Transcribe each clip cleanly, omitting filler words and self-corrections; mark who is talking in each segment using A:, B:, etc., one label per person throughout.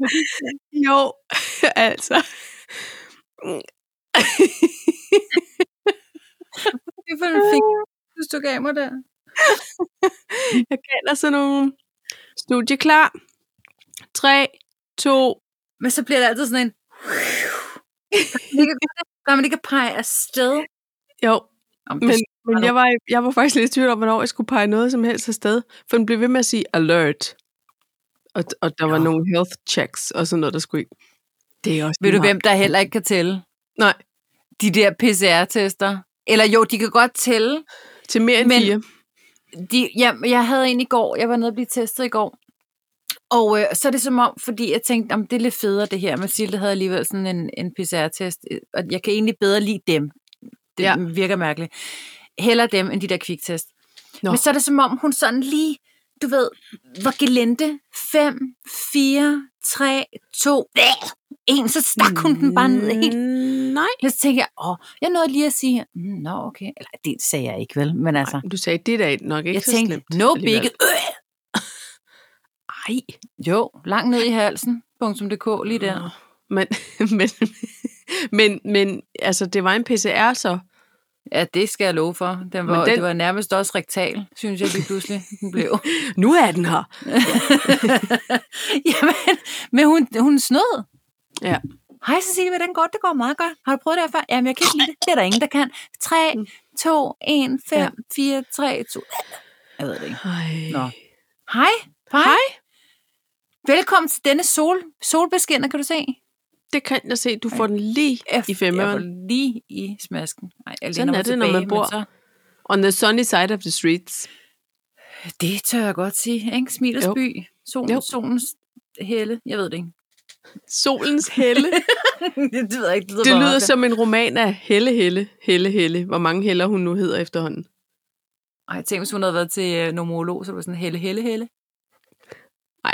A: Jo, altså.
B: Det er for en fing, du gav mig der.
A: Jeg kalder sådan nogle studie klar. 3, 2.
B: Men så bliver det altid sådan en... Gør man ikke at pege afsted?
A: Jo, men jeg var faktisk lidt i tvivl om, hvornår jeg skulle pege noget som helst afsted. For den blev ved med at sige alert. Og der var nogle health checks og sådan noget, der skulle ikke. Det er også
B: ved du, hvem der heller ikke kan tælle?
A: Nej.
B: De der PCR-tester. Eller jo, de kan godt tælle.
A: Til mere end 4.
B: Jeg havde en i går. Jeg var nede og blive testet i går. Og så er det som om, fordi jeg tænkte, det er lidt federe det her. Mathilde havde alligevel sådan en PCR-test. Og jeg kan egentlig bedre lide dem. Det virker mærkeligt. Hellere dem, end de der kviktest. Men så er det som om, hun sådan lige, du ved, var gelente. 5, 4, 3, 2, 1. Så stak hun den bare ned helt.
A: Nej.
B: Så tænkte jeg, jeg nåede lige at sige, okay. Eller det sagde jeg ikke, vel? Men altså.
A: Nej, du sagde, det er nok ikke
B: jeg
A: så
B: tænkte,
A: slemt.
B: No big.
A: Ej.
B: Jo, langt ned i halsen. .dk lige der.
A: Men altså, det var en PCR så. Ja,
B: det skal jeg love for. Det var nærmest også rektal, synes jeg lige pludselig, den blev.
A: Nu er den her.
B: Jamen, men hun snød.
A: Ja.
B: Hej Cecilie, hvordan går det? Det går meget godt. Har du prøvet det her før? Jamen, jeg kan ikke lide det. Det er der ingen, der kan. 3, 2, 1, 5, 4, 3, 2. Jeg ved det ikke. Nå. Hej. Velkommen til denne solbeskinner, kan du se?
A: Det kan jeg se. Du får den lige i 5'eren.
B: Jeg får lige i smasken.
A: Sådan er det, når man bor on the sunny side of the streets.
B: Det tør jeg godt sige. Ikke? Smilets by. Solens helle. Jeg ved det ikke.
A: Solens helle?
B: det ved jeg ikke.
A: Det lyder som en roman af Helle. Hvor mange heller hun nu hedder efterhånden.
B: Ej, jeg tænkte, hvis hun havde været til nomolog, så var det sådan Helle.
A: Nej.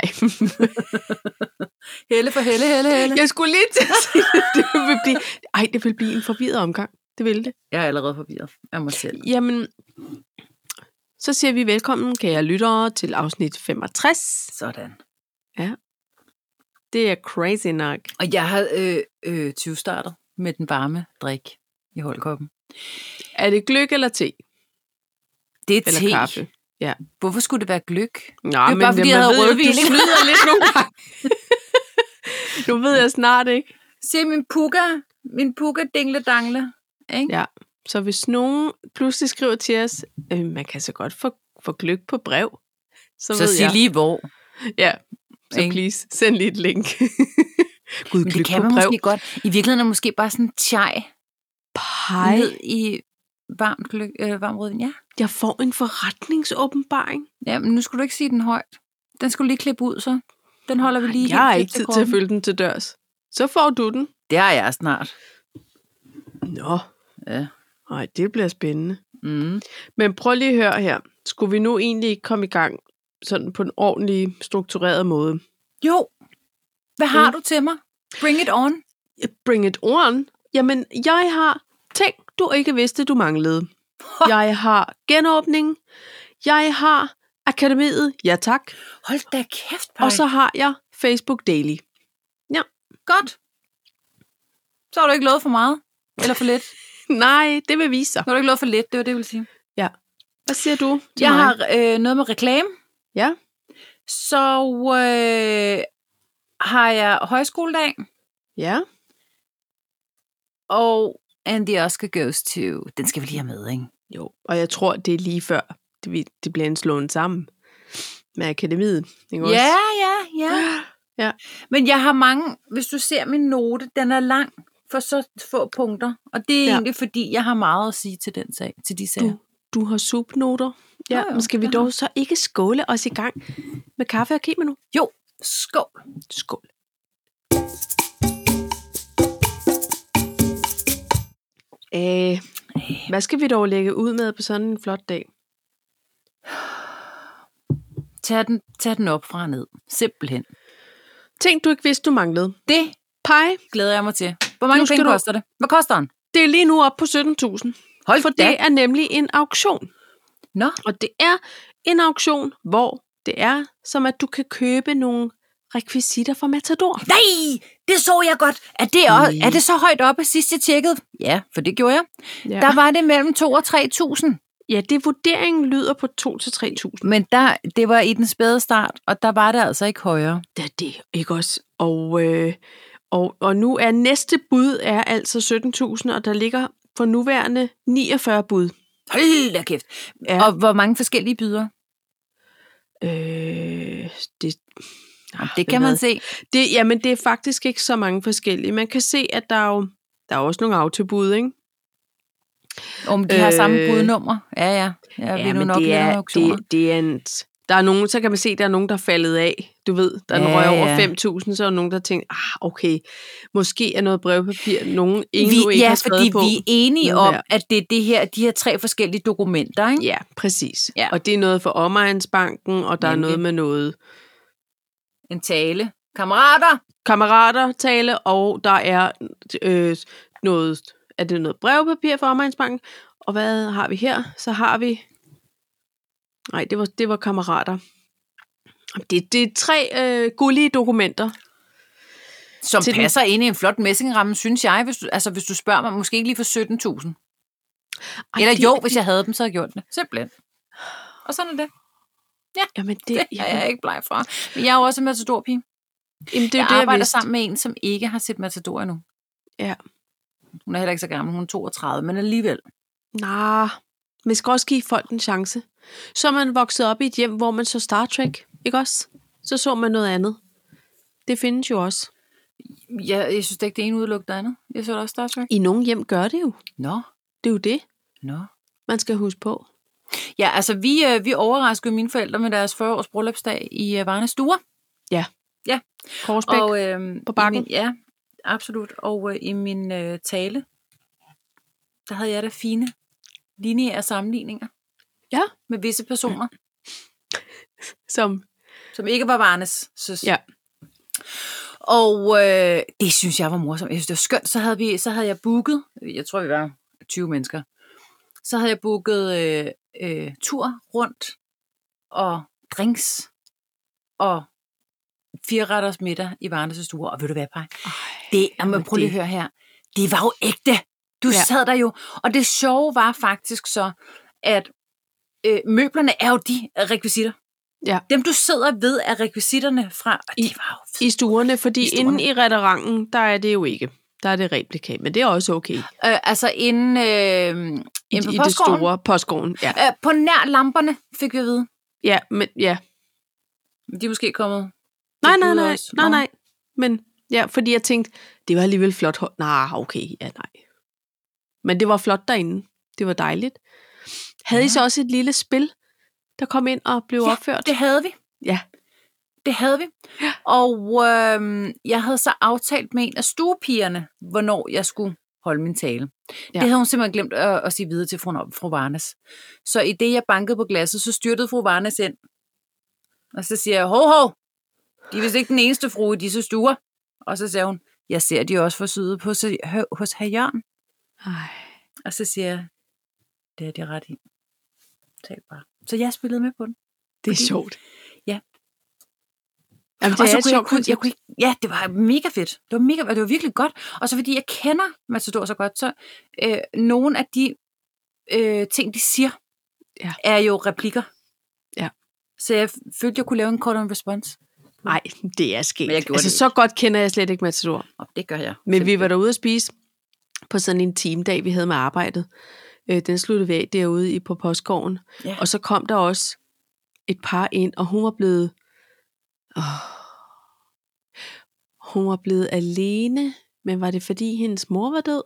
B: Helle for Helle.
A: Jeg skulle lige til at sige, det vil blive en forvirret omgang. Det vil det.
B: Jeg er allerede forvirret af mig selv.
A: Jamen, så siger vi velkommen, kære lyttere, til afsnit 65.
B: Sådan.
A: Ja. Det er crazy nok.
B: Og jeg har 20 startet med den varme drik i holdkoppen.
A: Er det gløgg eller te?
B: Det er
A: eller
B: te.
A: Kaffe. Ja.
B: Hvorfor skulle det være gløgg?
A: Nå,
B: det er bare fordi, jeg havde rødvin.
A: Du snyder lidt nogle gange. Nu ved jeg snart ikke.
B: Se min puka dingle-dangle. Ikke?
A: Ja, så hvis nogen pludselig skriver til os, man kan så godt få gløgg på brev. Så
B: sig lige hvor.
A: Ja, så please, send lige et link.
B: Gud, men det kan man måske godt. I virkeligheden er måske bare sådan en chai.
A: Pej.
B: Ned i varm rødvin, ja.
A: Jeg får en forretningsåbenbaring.
B: Ja, men nu skulle du ikke sige den højt. Den skulle lige klippe ud, så. Den holder vi lige.
A: Jeg har ikke tid til at følge den til dørs. Så får du den.
B: Det har jeg snart.
A: Nå.
B: Ja.
A: Ej, det bliver spændende. Men prøv lige at høre her. Skulle vi nu egentlig ikke komme i gang sådan på en ordentlig, struktureret måde?
B: Jo. Hvad har du til mig? Bring it on.
A: Bring it on? Jamen, jeg har ting, du ikke vidste, du manglede. Jeg har genåbning. Jeg har akademiet. Ja, tak.
B: Hold da kæft, Paj.
A: Og så har jeg Facebook Daily. Ja.
B: Godt. Så har du ikke lovet for meget. Eller for lidt.
A: Nej, det vil vise sig.
B: Så har du ikke lovet for lidt, det var det, jeg ville sige.
A: Ja. Hvad siger du?
B: Jeg har noget med reklame.
A: Ja.
B: Så har jeg højskoledag.
A: Ja.
B: Og And the Oscar Goes To. Den skal vi lige have med, ikke?
A: Jo, og jeg tror, det er lige før, det bliver en slåen sammen med akademiet. Ikke også?
B: Ja. Men jeg har mange, hvis du ser min note, den er lang for så få punkter. Og det er egentlig, fordi jeg har meget at sige til den sag, til de sager.
A: Du har subnoter. Ja, men skal vi dog så ikke skåle os i gang med kaffe og kimono?
B: Jo, skål.
A: Skål. Hvad skal vi dog lægge ud med på sådan en flot dag?
B: Tag den op fra og ned. Simpelthen.
A: Ting, du ikke vidste, du manglede.
B: Det
A: Pej.
B: Glæder jeg mig til. Hvor mange penge koster det? Hvad koster den?
A: Det er lige nu op på 17.000.
B: Hold
A: for
B: da.
A: Det er nemlig en auktion.
B: Nå.
A: Og det er en auktion, hvor det er som at du kan købe nogle rekvisitter fra Matador.
B: Nej, det så jeg godt. Er det så højt oppe sidst jeg tjekkede? Ja, for det gjorde jeg. Ja. Der var det mellem 2.000 og 3.000.
A: Ja, det vurderingen lyder på 2.000 til 3.000.
B: Men det var i den spæde start, og der var det altså ikke højere.
A: Det er det, ikke også? Og nu er næste bud er altså 17.000, og der ligger for nuværende 49 bud.
B: Hold da kæft. Ja. Og hvor mange forskellige byder? Det kan man se.
A: Jamen, det er faktisk ikke så mange forskellige. Man kan se, at der er også nogle autobud, ikke?
B: Om de har samme budnummer. Ja, vi nu nok det er
A: der er nogen, så kan man se, at der er nogen, der er faldet af. Du ved, der er røg over 5.000, så er nogen, der tænker, okay, måske er noget brevpapir, nogen endnu ikke har skrevet på.
B: Ja, fordi vi er enige om, at det er de her 3 forskellige dokumenter, ikke?
A: Ja, præcis. Ja. Og det er noget for Omegnsbanken, og der er noget med noget...
B: En tale.
A: Kammerater tale, og der er noget... Er det noget brevpapir for Omegnsbanken? Og hvad har vi her? Så har vi... Nej, det var kammerater. Det er 3 gullige dokumenter.
B: Som passer ind i en flot messingramme, synes jeg. Hvis du spørger mig, måske ikke lige for 17.000. Eller hvis jeg havde dem, så havde jeg gjort det. Simpelthen. Og sådan er det. Ja, jamen det er jeg ikke bleg fra. Men jeg er jo også en Matador-pige. Jeg arbejder sammen med en, som ikke har set Matador endnu.
A: Ja.
B: Hun er heller ikke så gammel, hun er 32, men alligevel.
A: Man skal også give folk en chance. Så er man vokset op i et hjem, hvor man så Star Trek, ikke også? Så man noget andet. Det findes jo også.
B: Ja, jeg synes ikke, det ene udelukker det andet. Jeg så også Star Trek.
A: I nogle hjem gør det jo.
B: Nå.
A: Det er jo det.
B: Nå.
A: Man skal huske på.
B: Ja, altså vi overraskede mine forældre med deres 40-års bryllupsdag i Varnes Stuer.
A: Ja.
B: Ja.
A: Korsbæk på bakken.
B: Ja, absolut. Og i min tale, der havde jeg da fine lineære sammenligninger.
A: Ja.
B: Med visse personer.
A: Som
B: ikke var Varnes søs.
A: Ja.
B: Og det synes jeg var morsomt. Jeg synes, det var skønt. Så havde jeg booket, jeg tror, vi var 20 mennesker. Så havde jeg booket tur rundt og drinks og 4-retters middag i Varnes Stuer. Og ved du hvad, Paj? Prøv lige at høre her. Det var jo ægte. Du sad der jo. Og det sjove var faktisk så, at møblerne er jo de rekvisitter. Ja. Dem, du sidder ved, er rekvisitterne fra... Det var jo
A: i stuerne, fordi inde i restauranten, der er det jo ikke. Der er det replika, men det er også okay.
B: Inde
A: i det store postgården, ja.
B: På nær lamperne, fik vi at vide.
A: Ja, men ja.
B: De er måske kommet...
A: Nej. Men ja, fordi jeg tænkte, det var alligevel flot. Okay, ja, nej. Men det var flot derinde. Det var dejligt. Havde I så også et lille spil, der kom ind og blev opført?
B: Det havde vi.
A: Ja.
B: Det havde vi. Ja. Og jeg havde så aftalt med en af stuepigerne, hvornår jeg skulle holde min tale. Ja. Det havde hun simpelthen glemt at sige videre til fru Varnes. Så i det, jeg bankede på glasset, så styrtede fru Varnes ind. Og så siger jeg, hov, de er vist ikke den eneste frue i disse stuer. Og så siger hun, jeg ser de også forsyet hos herr Jørgen. Og så siger jeg, det er det ret i. Tal bare. Så jeg spillede med på den.
A: Det er sjovt.
B: Ja.
A: Jamen, det er et sjovt koncept.
B: Det var mega fedt. Det var virkelig godt. Og så fordi jeg kender Matador så godt, så nogle af de ting, de siger, er jo replikker. Ja. Så jeg følte, jeg kunne lave en call and response.
A: Nej, det er sket. Altså, så godt kender jeg slet ikke Matador.
B: Det gør jeg.
A: Men vi var derude at spise på sådan en teamdag, vi havde med arbejdet. Den sluttede vi af derude på postgården. Ja. Og så kom der også et par ind, og hun var blevet alene, men var det fordi hendes mor var død?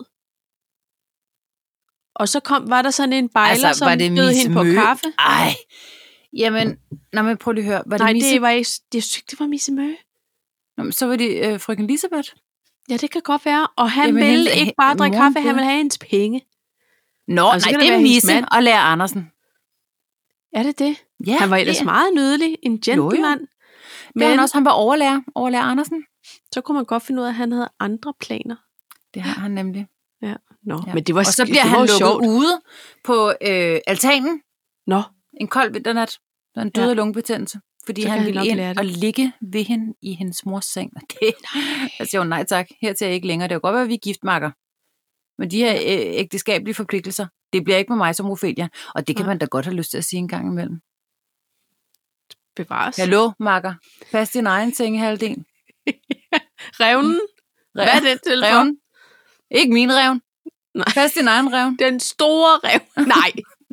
A: Og så var der sådan en bejler, som bød hende på kaffe.
B: Jamen, prøv lige at høre.
A: Var det det var ikke, det var Misse Mø.
B: Så var det frøken Elisabeth.
A: Ja, det kan godt være. Og han ville ikke bare drikke kaffe, han ville have hendes penge.
B: Det er Misse og Lærer Andersen.
A: Er det det? Ja, han var ellers meget nydelig, en gentleman.
B: Men også, han var overlærer Andersen.
A: Så kunne man godt finde ud af, at han havde andre planer.
B: Det har han nemlig.
A: Ja. Men det var
B: og så bliver han lukket ude på altanen.
A: Nå.
B: En kold vinternat. Der er en død af lungebetændelse. fordi han ville ind og ligge ved hende i hendes mors seng. Og det, jeg siger nej tak, hertil er jeg ikke længere. Det kan godt være, at vi er giftmakker. Men de her ægteskabelige forpligtelser, det bliver ikke med mig som Ophelia. Og det kan man da godt have lyst til at sige en gang imellem.
A: Bevares.
B: Hallo, makker. Pas din egen sengehalvdel.
A: Revnen? Hvad er det til
B: revnen? Ikke min revn. Nej. Pas din egen revn.
A: Den store revn. Nej.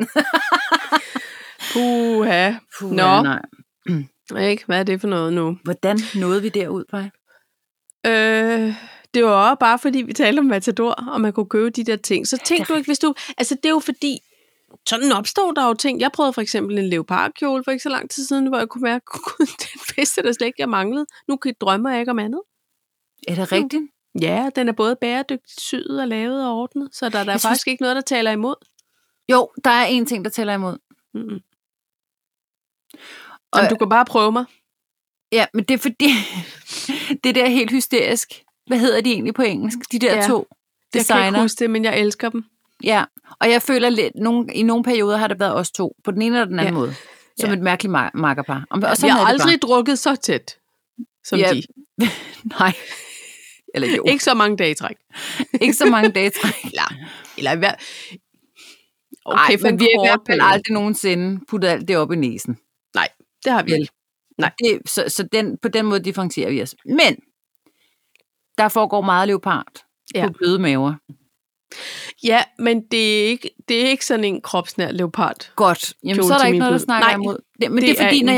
A: Puha. Nå. Nej. Ikke? Hvad er det for noget nu?
B: Hvordan nåede vi derud, Paj?
A: Det var også bare fordi, vi talte om Matador, og man kunne købe de der ting. Så tænk du ikke, hvis du... Altså, det er jo fordi... Sådan opstår der jo ting. Jeg prøvede for eksempel en leopardkjole for ikke så lang tid siden, hvor jeg kunne mærke, at den vidste der slet ikke, jeg manglede. Nu drømmer jeg ikke om andet.
B: Er det rigtigt?
A: Ja, den er både bæredygtigt syet og lavet og ordnet, så der er faktisk ikke noget, der taler imod.
B: Jo, der er en ting, der taler imod.
A: Mm-hmm. Jamen, du kan bare prøve mig.
B: Ja, men det er fordi, det der er helt hysterisk. Hvad hedder de egentlig på engelsk? De der to designer.
A: Jeg kan ikke huske det, men jeg elsker dem.
B: Ja, og jeg føler lidt, i nogle perioder har det været os to, på den ene eller den anden måde, som et mærkeligt makkerpar. Og
A: jeg har aldrig drukket så tæt, som de.
B: Nej. Eller jo.
A: Ikke så mange dage i træk.
B: Ikke så mange dage i træk.
A: Eller hvad?
B: Okay, men vi har i hvert fald aldrig nogensinde puttet alt det op i næsen.
A: Nej, det har vi ikke.
B: Nej. Så på den måde differentierer vi os. Men der foregår meget leopard på bløde maver. Ja,
A: men det er ikke sådan en kropsnær leopard.
B: Godt. Jamen, så er der ikke noget, der snakker imod. Men det er fordi, når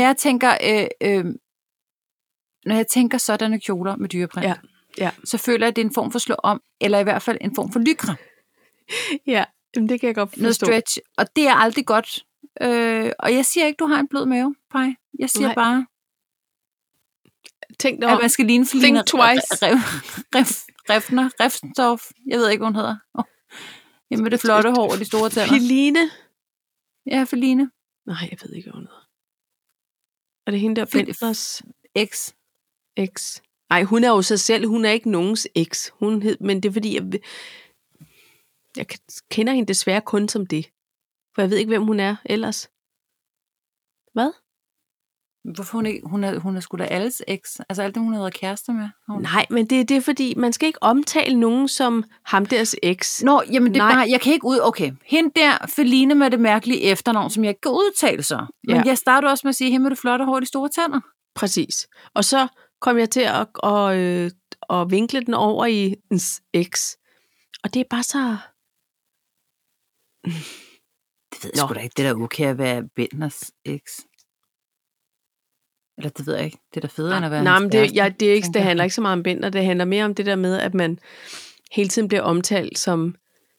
B: jeg tænker sådanne kjoler med dyreprint, så føler jeg, at det er en form for slå om, eller i hvert fald en form for lycra.
A: Ja, men det kan jeg godt forstå.
B: Noget stretch, og det er aldrig godt. Og jeg siger ikke, du har en blød mave, Paj. Jeg siger bare,
A: tænk dig
B: at man skal ligne Feline
A: Refner.
B: Refstorff. Jeg ved ikke, hvad hun hedder. Jamen med det flotte hår og de store tænder.
A: Feline?
B: Ja, Feline.
A: Nej, jeg ved ikke, hvad hun hedder. Er det hende der Benders X? Nej, hun er jo sig selv. Hun er ikke nogens eks. Men det er fordi, jeg kender hende desværre kun som det. For jeg ved ikke, hvem hun er ellers. Hvad?
B: Hvorfor hun er sgu da alles eks? Altså alt det, hun har været kærester med?
A: Nej, men det er fordi, man skal ikke omtale nogen som ham deres eks.
B: Nå, jamen det er bare, jeg kan ikke okay. Hende der, Feline med det mærkelige efternavn, som jeg ikke kan udtale så. Men jeg startede også med at sige, hende med det flotte hår og de store tænder.
A: Præcis. Og så kom jeg til at vinkle den over i ens eks. Og det er bare så...
B: Det ved jeg sgu da ikke. Det er da okay at være Benders eks. Eller det ved jeg ikke. Det er da federe end at være
A: nej, men det handler ikke så meget om Bender. Det handler mere om det der med, at man hele tiden bliver omtalt som,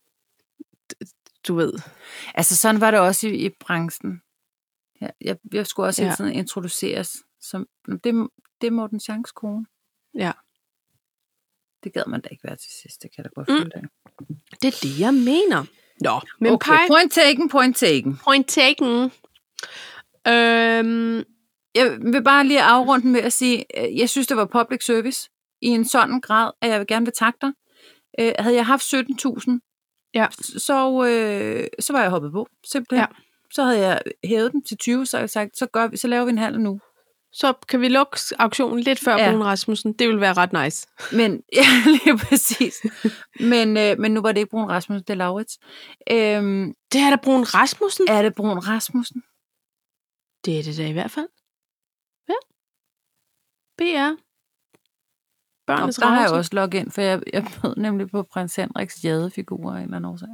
A: du ved.
B: Altså sådan var det også i branchen. Jeg skulle også hele tiden introduceres som, det er Morten Schanks kone.
A: Ja.
B: Det gad man da ikke være til sidst. Det kan da godt føle det.
A: Det er det, jeg mener. Nå, men
B: okay, point taken. Jeg vil bare lige afrunde den med at sige, jeg synes, det var public service i en sådan grad, at jeg vil gerne betragte dig. Havde jeg haft 17.000, så var jeg hoppet på, simpelthen. Ja. Så havde jeg hævet den til 20, så havde jeg sagt, så laver vi en handel nu.
A: Så kan vi lukke auktionen lidt før Brun Rasmussen. Det vil være ret nice.
B: Men, ja, lige præcis. Men nu var det ikke Brun Rasmussen, det er Laurits.
A: Det er da Brun Rasmussen?
B: Er det Brun Rasmussen?
A: Det er det da i hvert fald. Ja. BR. Børnenes
B: der har jeg også logget ind, for jeg mød nemlig på prins Henriks jadefigur af en eller anden årsag.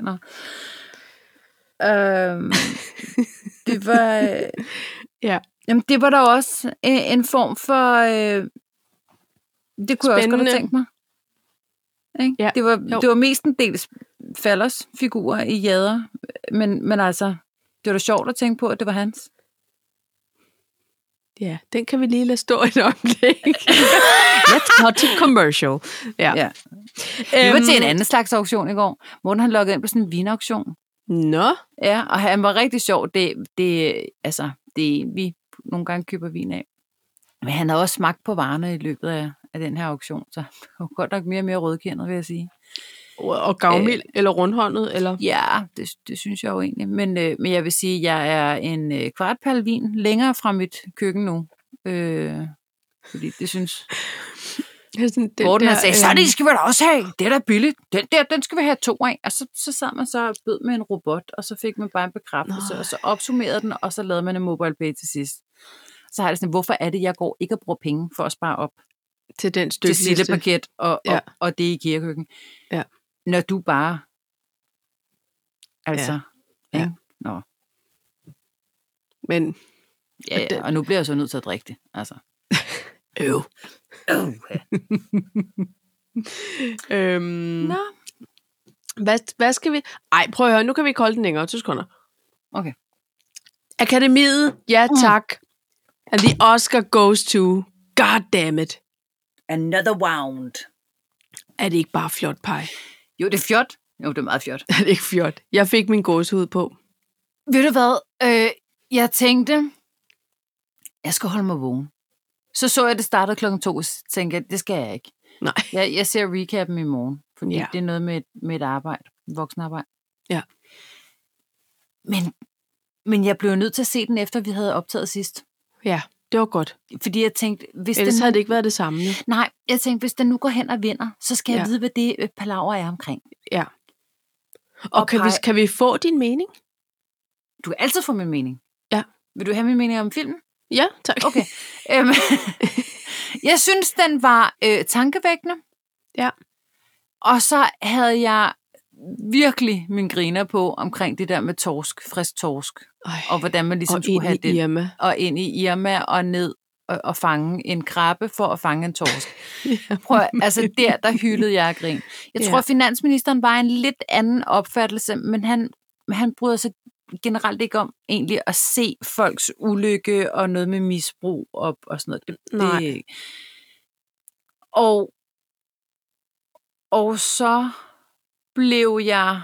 B: Det var...
A: ja.
B: Jamen, det var der også en form for... det kunne jeg også godt have tænkt mig. Ikke? Ja. Det var mestendels Fallers figurer i jader, men altså, det var da sjovt at tænke på, at det var hans.
A: Ja, den kan vi lige lade stå et øjeblik. Let's cut to commercial. Ja.
B: Vi var til en anden slags auktion i går, hvor han loggede ind på sådan en vinauktion.
A: Nå.
B: Ja, og han var rigtig sjov. Det er en, vi nogle gange køber vin af. Men han har også smagt på varerne i løbet af den her auktion, så det var godt nok mere og mere rødkendet, vil jeg sige.
A: Og gavmild eller rundhåndet? Eller?
B: Ja, det synes jeg jo egentlig. Men jeg vil sige, at jeg er en kvartpal vin længere fra mit køkken nu, Fordi det synes...
A: Sådan,
B: Morten han sagde, så det skal vi da også have. Det er da billigt. Den skal vi have 2 af. Og så sad man så og bød med en robot, og så fik man bare en bekræftelse, og så opsummerede den, og så lavede man en mobile pay til sidst. Så har jeg sådan, hvorfor er det, jeg går ikke og bruger penge for at spare op
A: til den stykke
B: til sildepaket og det i kirkekøkken.
A: Ja.
B: Når du bare... Altså...
A: Ja.
B: Nå.
A: Men...
B: Ja, og nu bliver jeg så nødt til at drikke det. Altså.
A: Ja.
B: Nå.
A: Hvad skal vi... Ej, prøv at høre, nu kan vi ikke holde den længere. 2 sekunder.
B: Okay.
A: Akademiet, ja tak. And the Oscar goes to... God damn it.
B: Another round.
A: Er det ikke bare flot, Paj?
B: Jo, det er fjot. Jo, det er meget fjot.
A: Er det ikke fjot? Jeg fik min gåsehud på.
B: Ved du hvad? Jeg tænkte, jeg skal holde mig vågen. Så jeg, det startede 2:00, så tænkte jeg, det skal jeg ikke.
A: Nej.
B: Jeg ser recappen i morgen, fordi det er noget med et arbejde, voksenarbejde.
A: Ja.
B: Men jeg blev nødt til at se den, efter vi havde optaget sidst.
A: Ja, det var godt.
B: Fordi jeg tænkte...
A: Ellers havde det ikke været det samme.
B: Nej, jeg tænkte, hvis den nu går hen og vinder, så skal jeg vide, hvad det palaver er omkring.
A: Ja. Og kan vi få din mening?
B: Du kan altid få min mening.
A: Ja.
B: Vil du have min mening om filmen?
A: Ja, tak.
B: Okay. Jeg synes, den var tankevækkende.
A: Ja. Og
B: så havde jeg virkelig min griner på omkring det der med frisk torsk. Og hvordan man ligesom skulle have det.
A: Irma.
B: Og ind i Irma og ned og fange en krabbe for at fange en torsk. Prøv, altså der hyldede jeg af grin. Jeg tror, finansministeren var en lidt anden opfattelse, men han bryder sig generelt ikke om egentlig at se folks ulykke og noget med misbrug og sådan noget.
A: Nej.
B: Og så blev jeg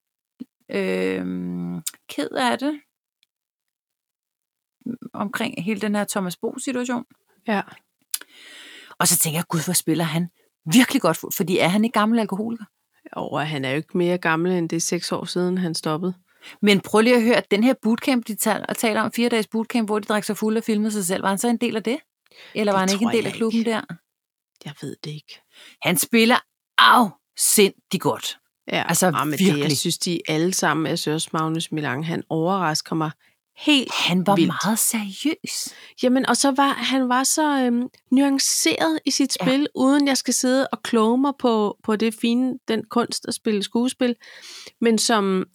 B: ked af det omkring hele den her Thomas Bo-situation.
A: Ja.
B: Og så tænker jeg, gud, hvor spiller han virkelig godt, fordi er han ikke gammel alkoholiker?
A: Og han er jo ikke mere gammel, end det er 6 år siden, han stoppede.
B: Men prøv lige at høre, at den her bootcamp, de taler om 4 dages bootcamp, hvor de drikker sig fuld og filmede sig selv. Var han så en del af det? Eller var han ikke en del af klubben der?
A: Jeg ved det ikke.
B: Han spiller sindssygt godt.
A: Ja, altså virkelig. Jeg synes, de alle sammen, jeg synes Magnus Milang, han overrasker mig helt
B: Han var
A: vildt.
B: meget seriøs.
A: Jamen, og så var han var så nuanceret i sit spil, uden jeg skal sidde og kloge mig på det fine, den kunst at spille skuespil, men som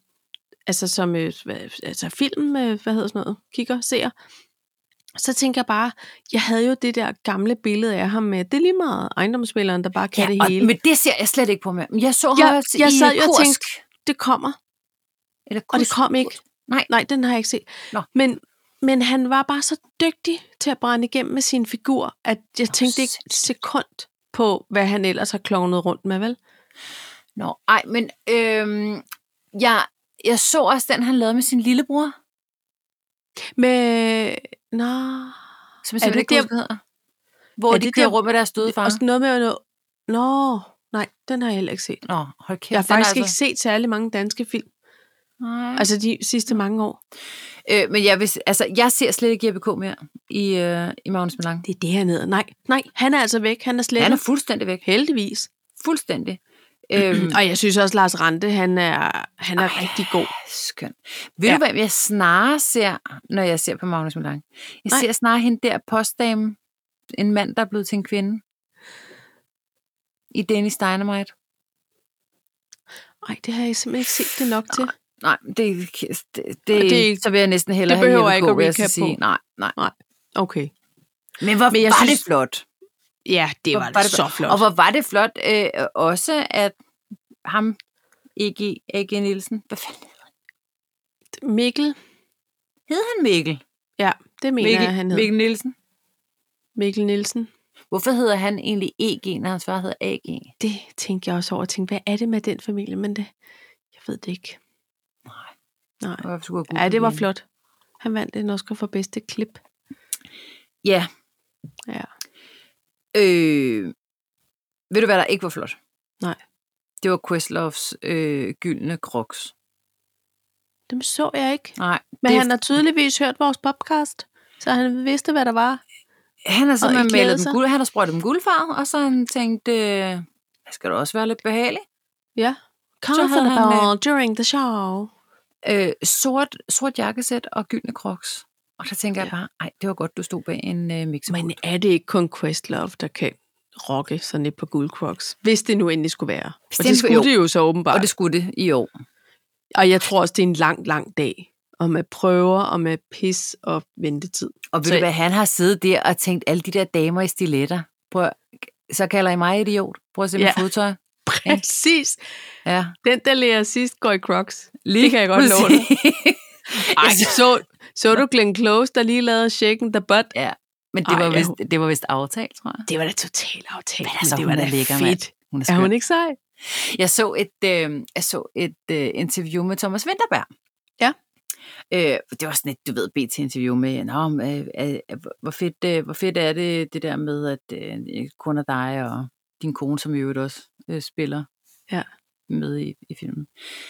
A: film, hvad hedder sådan noget, ser. Så tænker jeg bare, jeg havde jo det der gamle billede af ham med, det er lige meget ejendomsspilleren, der bare kan det hele.
B: Men det ser jeg slet ikke på med. Jeg så ham
A: jeg sad
B: i
A: jo og
B: Kursk.
A: tænkte, det kommer.
B: Eller
A: og det kom ikke. Nej, den har jeg ikke set.
B: Nå.
A: Men han var bare så dygtig til at brænde igennem med sin figur, at jeg tænkte ikke et sekund på, hvad han ellers har klovnet rundt med, vel?
B: Men jeg så også den, han lavede med sin lillebror.
A: Med... Nå...
B: Som jeg simpelthen ikke husker, hedder. Hvor de kører rundt med deres døde far.
A: Også noget med noget... Nå, nej, den har jeg heller ikke set.
B: Hold kæft.
A: Jeg har faktisk ikke set særlig mange danske film.
B: Nej.
A: Altså de sidste mange år.
B: Men jeg ser slet ikke Jeppe K. mere i Magnus Milang.
A: Det er det hernede. Nej, han er altså væk. Han er slet.
B: Han er fuldstændig væk.
A: Heldigvis.
B: Fuldstændig.
A: Og jeg synes også, Lars Rante, han er rigtig god.
B: Skøn. Ved du, hvem jeg snarere ser, når jeg ser på Magnus Milang? Jeg ser snarere hende der postdame, en mand, der er blevet til en kvinde. I Dennis Dynamite.
A: Nej, det har jeg simpelthen ikke set det nok til.
B: Nej, det så vil jeg næsten hellere have
A: behøver ikke at
B: recap på. Nej.
A: Okay.
B: Men var det flot?
A: Ja, det var så flot.
B: Og hvor var det flot også, at ham, A.G. Nielsen, hvad fanden hedder
A: han? Mikkel.
B: Hed han Mikkel?
A: Ja, det mener jeg, han hed.
B: Mikkel Nielsen?
A: Mikkel Nielsen.
B: Hvorfor hedder han egentlig E.G., når hans far hedder A.G.?
A: Det tænkte jeg også over. Jeg tænkte, hvad er det med den familie? Men jeg ved det ikke. Nej. Ja, det var flot. Han vandt en Oscar for bedste klip.
B: Ja. Ved du, hvad der ikke var flot?
A: Nej.
B: Det var Questloves gyldne Crocs.
A: Dem så jeg ikke.
B: Nej.
A: Men han har tydeligvis hørt vores podcast, så han vidste, hvad der var.
B: Han har simpelthen malet dem guld. Han har sprøjtet dem guldfarvet, og så har han tænkt, skal du også være lidt behagelig?
A: Ja. Comfortable during the show.
B: Sort jakkesæt og gyldne crocs. Og der tænker jeg bare, ej, det var godt, du stod bag en mixerboot.
A: Men er det ikke kun Questlove, der kan rocke sådan lidt på guldcrocs? Hvis det nu endelig skulle være. Og det skulle det jo så åbenbart.
B: Og det skulle det i år.
A: Og jeg tror også, det er en lang dag. Og med prøver, og med pis og ventetid.
B: Og ved du hvad, han har siddet der og tænkt, alle de der damer i stiletter. Så kalder I mig idiot. Prøv at se mit fodtøj.
A: Præcis.
B: Ja.
A: Den, der lærer sidst, går i Crocs. Det kan jeg godt love dig. Ej, så du Glenn Close, der lige lavede Shaking the Butt?
B: Ja, men det var vist aftalt, tror jeg.
A: Det var da totalt aftalt.
B: Men altså,
A: det var da
B: lækker,
A: fedt. Er hun ikke sej?
B: Jeg så et interview med Thomas Vinterberg.
A: Ja.
B: Det var sådan et, du ved, BT-interview med, hvor fedt er det der med, at kun er dig og din kone, som i øvrigt også spiller med i filmen.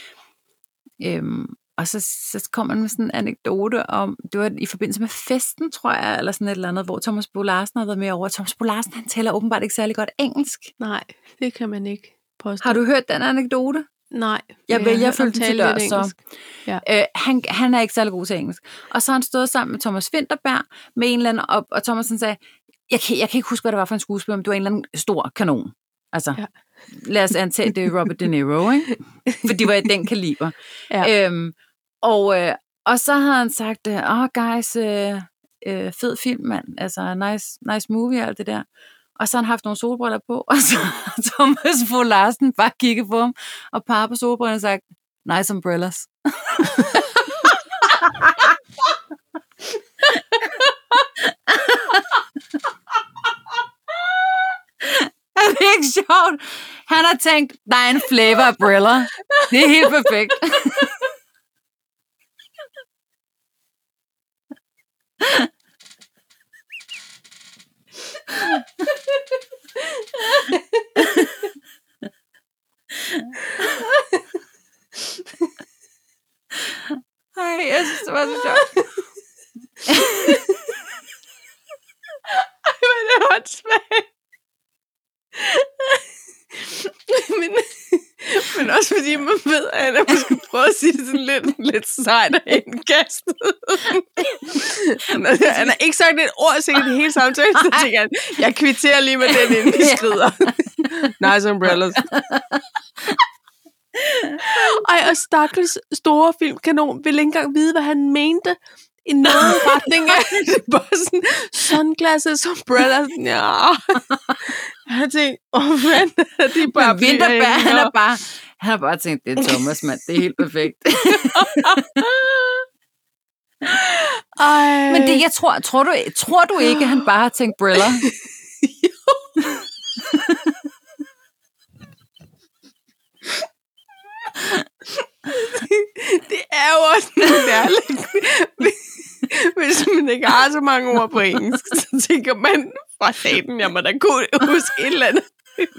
B: Og så kom man med sådan en anekdote om, det var i forbindelse med festen, tror jeg, eller sådan et eller andet, hvor Thomas Bo Larsen har været med over. Thomas Bo Larsen, han taler åbenbart ikke særlig godt engelsk.
A: Nej, det kan man ikke påstå.
B: Har du hørt den anekdote?
A: Nej.
B: Jeg vælger at følge den til dør, så. Ja. Han er ikke særlig god til engelsk. Og så har han stået sammen med Thomas Vinterberg med en eller anden, og Thomas sagde, jeg kan ikke huske, hvad det var for en skuespiller, men det var en eller anden stor kanon. Altså, lad os antage, det er Robert De Niro, ikke? For de var i den kaliber. Ja. Og så har han sagt, guys, fed film, mand. Altså, nice movie og alt det der. Og så har han haft nogle solbriller på, og så har Thomas Bo Larsen bare kigget på ham, og peget på solbrillerne og sagt, nice umbrellas. Er det ikke sjovt? Han har tænkt, der er en flavor af briller. Det er helt perfekt. Ej, jeg synes, det var så sjovt.
A: Ej, men det var svært. Men også fordi man ved, at han måske prøve at sige det sådan lidt sejt og indkastet. Han har ikke sagt et ord sikkert det hele samtalen, så tænker han, jeg kvitterer lige med den, inden vi skrider. Nice umbrellas. Ej, og stakkels store filmkanon ville ikke engang vide, hvad han mente i noget retning af det. Bare sådan, sunglasses, umbrellas. Ja. Jeg tænkte, hvad er de bare?
B: Men Vinterberg, han har bare tænkt, det er Thomas, mand. Det er helt perfekt.
A: Ej.
B: Men det, jeg tror du ikke, han bare har tænkt briller?
A: Det er jo også nærligt. Hvis man ikke har så mange ord på engelsk, så tænker man, fra staten, jeg må da kunne huske et eller andet.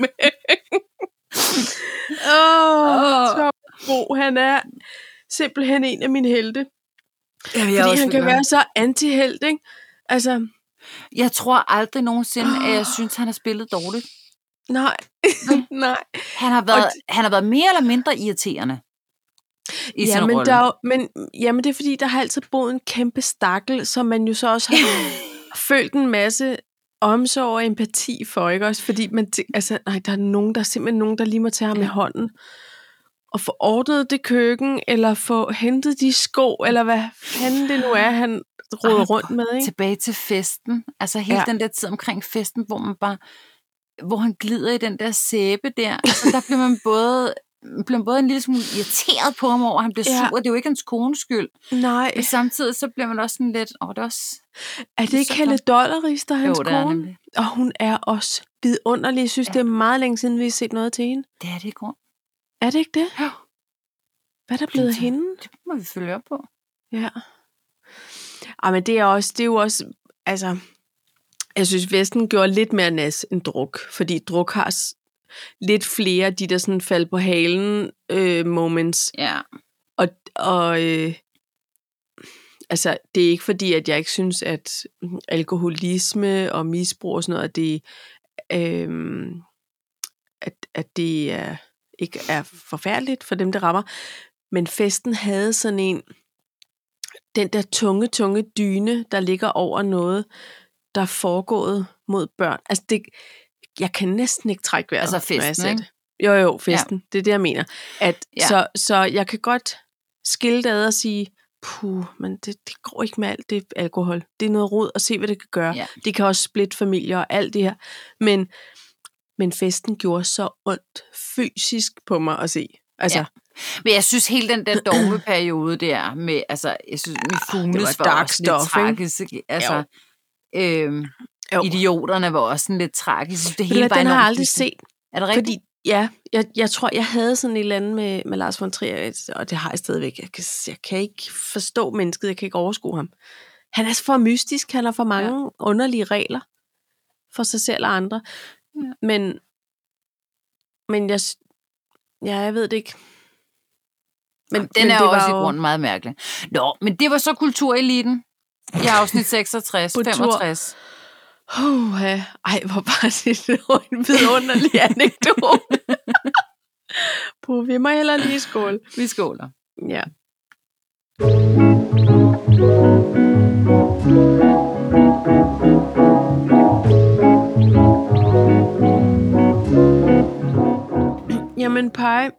A: Så god. Han er simpelthen en af mine helte. Fordi han kan være så anti-helt, ikke? Altså,
B: jeg tror aldrig nogensinde, at jeg synes, han har spillet dårligt.
A: Nej. Nej.
B: Han har været mere eller mindre irriterende i sin rolle.
A: Men det er fordi, der har altid boet en kæmpe stakkel, som man jo så også har følt en masse omsorg og empati for, ikke også? Fordi der er simpelthen nogen, der lige må tage ham i hånden og få ordnet det køkken, eller få hentet de sko, eller hvad fanden det nu er, han råder rundt med, ikke?
B: Tilbage til festen. Altså hele den der tid omkring festen, hvor han glider i den der sæbe der. Altså, der bliver man både en lille smule irriteret på ham over, at han bliver sur. Det er jo ikke hans kones skyld.
A: Nej.
B: Men samtidig så bliver man også sådan lidt, det er også...
A: Er det ikke Helle Dollarister, hans kone? Og hun er også vidunderlig. Jeg synes, det er meget længe siden, vi har set noget til hende.
B: Det er det ikke.
A: Er det ikke det?
B: Ja.
A: Hvad er der blevet af hende?
B: Det må vi følge op på.
A: Ja. Men det er jo også, altså, jeg synes, Vesten gjorde lidt mere nas end Druk, fordi Druk har lidt flere af de der sådan fald på halen moments.
B: Ja.
A: altså, det er ikke fordi, at jeg ikke synes, at alkoholisme og misbrug og sådan noget, at det ikke er forfærdeligt for dem, det rammer. Men festen havde sådan den der tunge dyne, der ligger over noget, der er foregået mod børn. Altså, jeg kan næsten ikke trække vejret,
B: altså festen, ikke?
A: Jo, festen. Ja. Det er det, jeg mener. Så jeg kan godt skille det ad og sige, men det går ikke med alt det alkohol. Det er noget rod, og se, hvad det kan gøre. Ja. Det kan også splitte familier og alt det her. Men festen gjorde så ondt fysisk på mig at se. Altså,
B: men jeg synes hele den der dogmeperiode der med, altså, jeg synes, med Funes var også lidt tragisk. Altså, idioterne var også sådan lidt tragisk. Det hele
A: den har jeg aldrig set.
B: Er det rigtigt?
A: Fordi, jeg tror, jeg havde sådan et eller andet med Lars von Trier, og det har jeg stadigvæk. Jeg kan ikke forstå mennesket, jeg kan ikke overskue ham. Han er for mystisk, han har for mange underlige regler for sig selv og andre. Ja. Men jeg ved det ikke.
B: Men den er også i grunden meget mærkelig. Nå, men det var så kultureliten i afsnit 66, 65.
A: Ej, hvor bare det en vidunderlig anekdote. Vi må hellere lige skåle.
B: Vi skåler.
A: Ja. Jamen, Paj.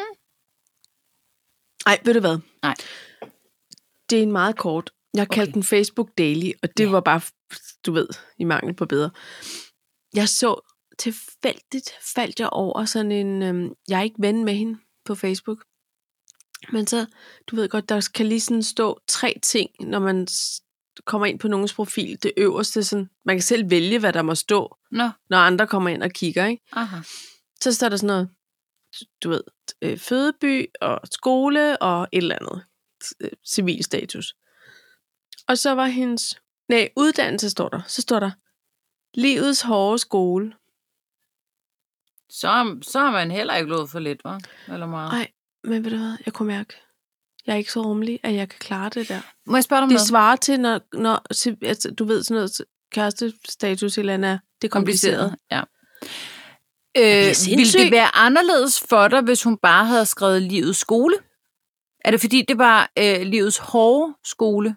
A: Ej, ved du hvad?
B: Nej.
A: Det er en meget kort. Jeg kaldte den Facebook Daily, og det var bare, du ved, i mangel på bedre. Jeg så tilfældigt, faldt jeg over sådan en, jeg er ikke ven med hende på Facebook, men så, du ved godt, der kan lige sådan stå 3 ting, når man kommer ind på nogens profil. Det øverste, sådan, man kan selv vælge, hvad der må stå, når andre kommer ind og kigger, ikke?
B: Aha.
A: Så står der sådan noget, du ved, fødeby og skole og et eller andet civilstatus. Og så var hendes, uddannelse står der. Så står der, livets hårde skole.
B: Så har man heller ikke lovet for lidt, hva'? Eller meget?
A: Nej, men ved du hvad, jeg kunne mærke, jeg er ikke så rummelig, at jeg kan klare det der.
B: Må jeg spørge dig om
A: noget? Det svarer til, når altså, du ved, sådan noget kærestestatus eller andet, det er kompliceret.
B: Ja. Ville det være anderledes for dig, hvis hun bare havde skrevet livets skole? Er det fordi, det var livets hårde skole?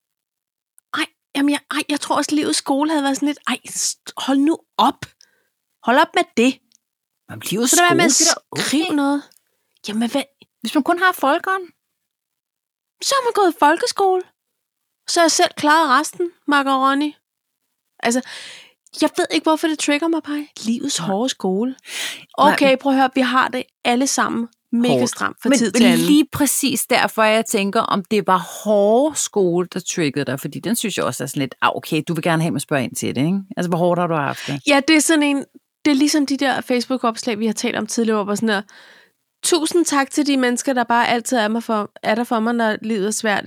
A: Jeg tror også, at livets skole havde været sådan lidt, hold nu op. Hold op med det.
B: Men livets skole,
A: det der med at skrive noget. Jamen hvad?
B: Hvis man kun har folkeren,
A: så har man gået i folkeskole. Så har jeg selv klaret resten, macaroni. Altså, jeg ved ikke, hvorfor det trigger mig, Paj. Livets hårde skole. Okay, prøv at høre, vi har det alle sammen mega stramt for tid til anden.
B: Men lige præcis derfor, jeg tænker, om det var hårde skole, der triggede dig, fordi den synes jeg også er sådan lidt, okay, du vil gerne have mig spørge ind til det, ikke? Altså, hvor hårdt har du haft det?
A: Ja, det er sådan en, det er ligesom de der Facebook-opslag, vi har talt om tidligere, hvor sådan der, 1000 tak til de mennesker, der bare altid er der for mig, når livet er svært,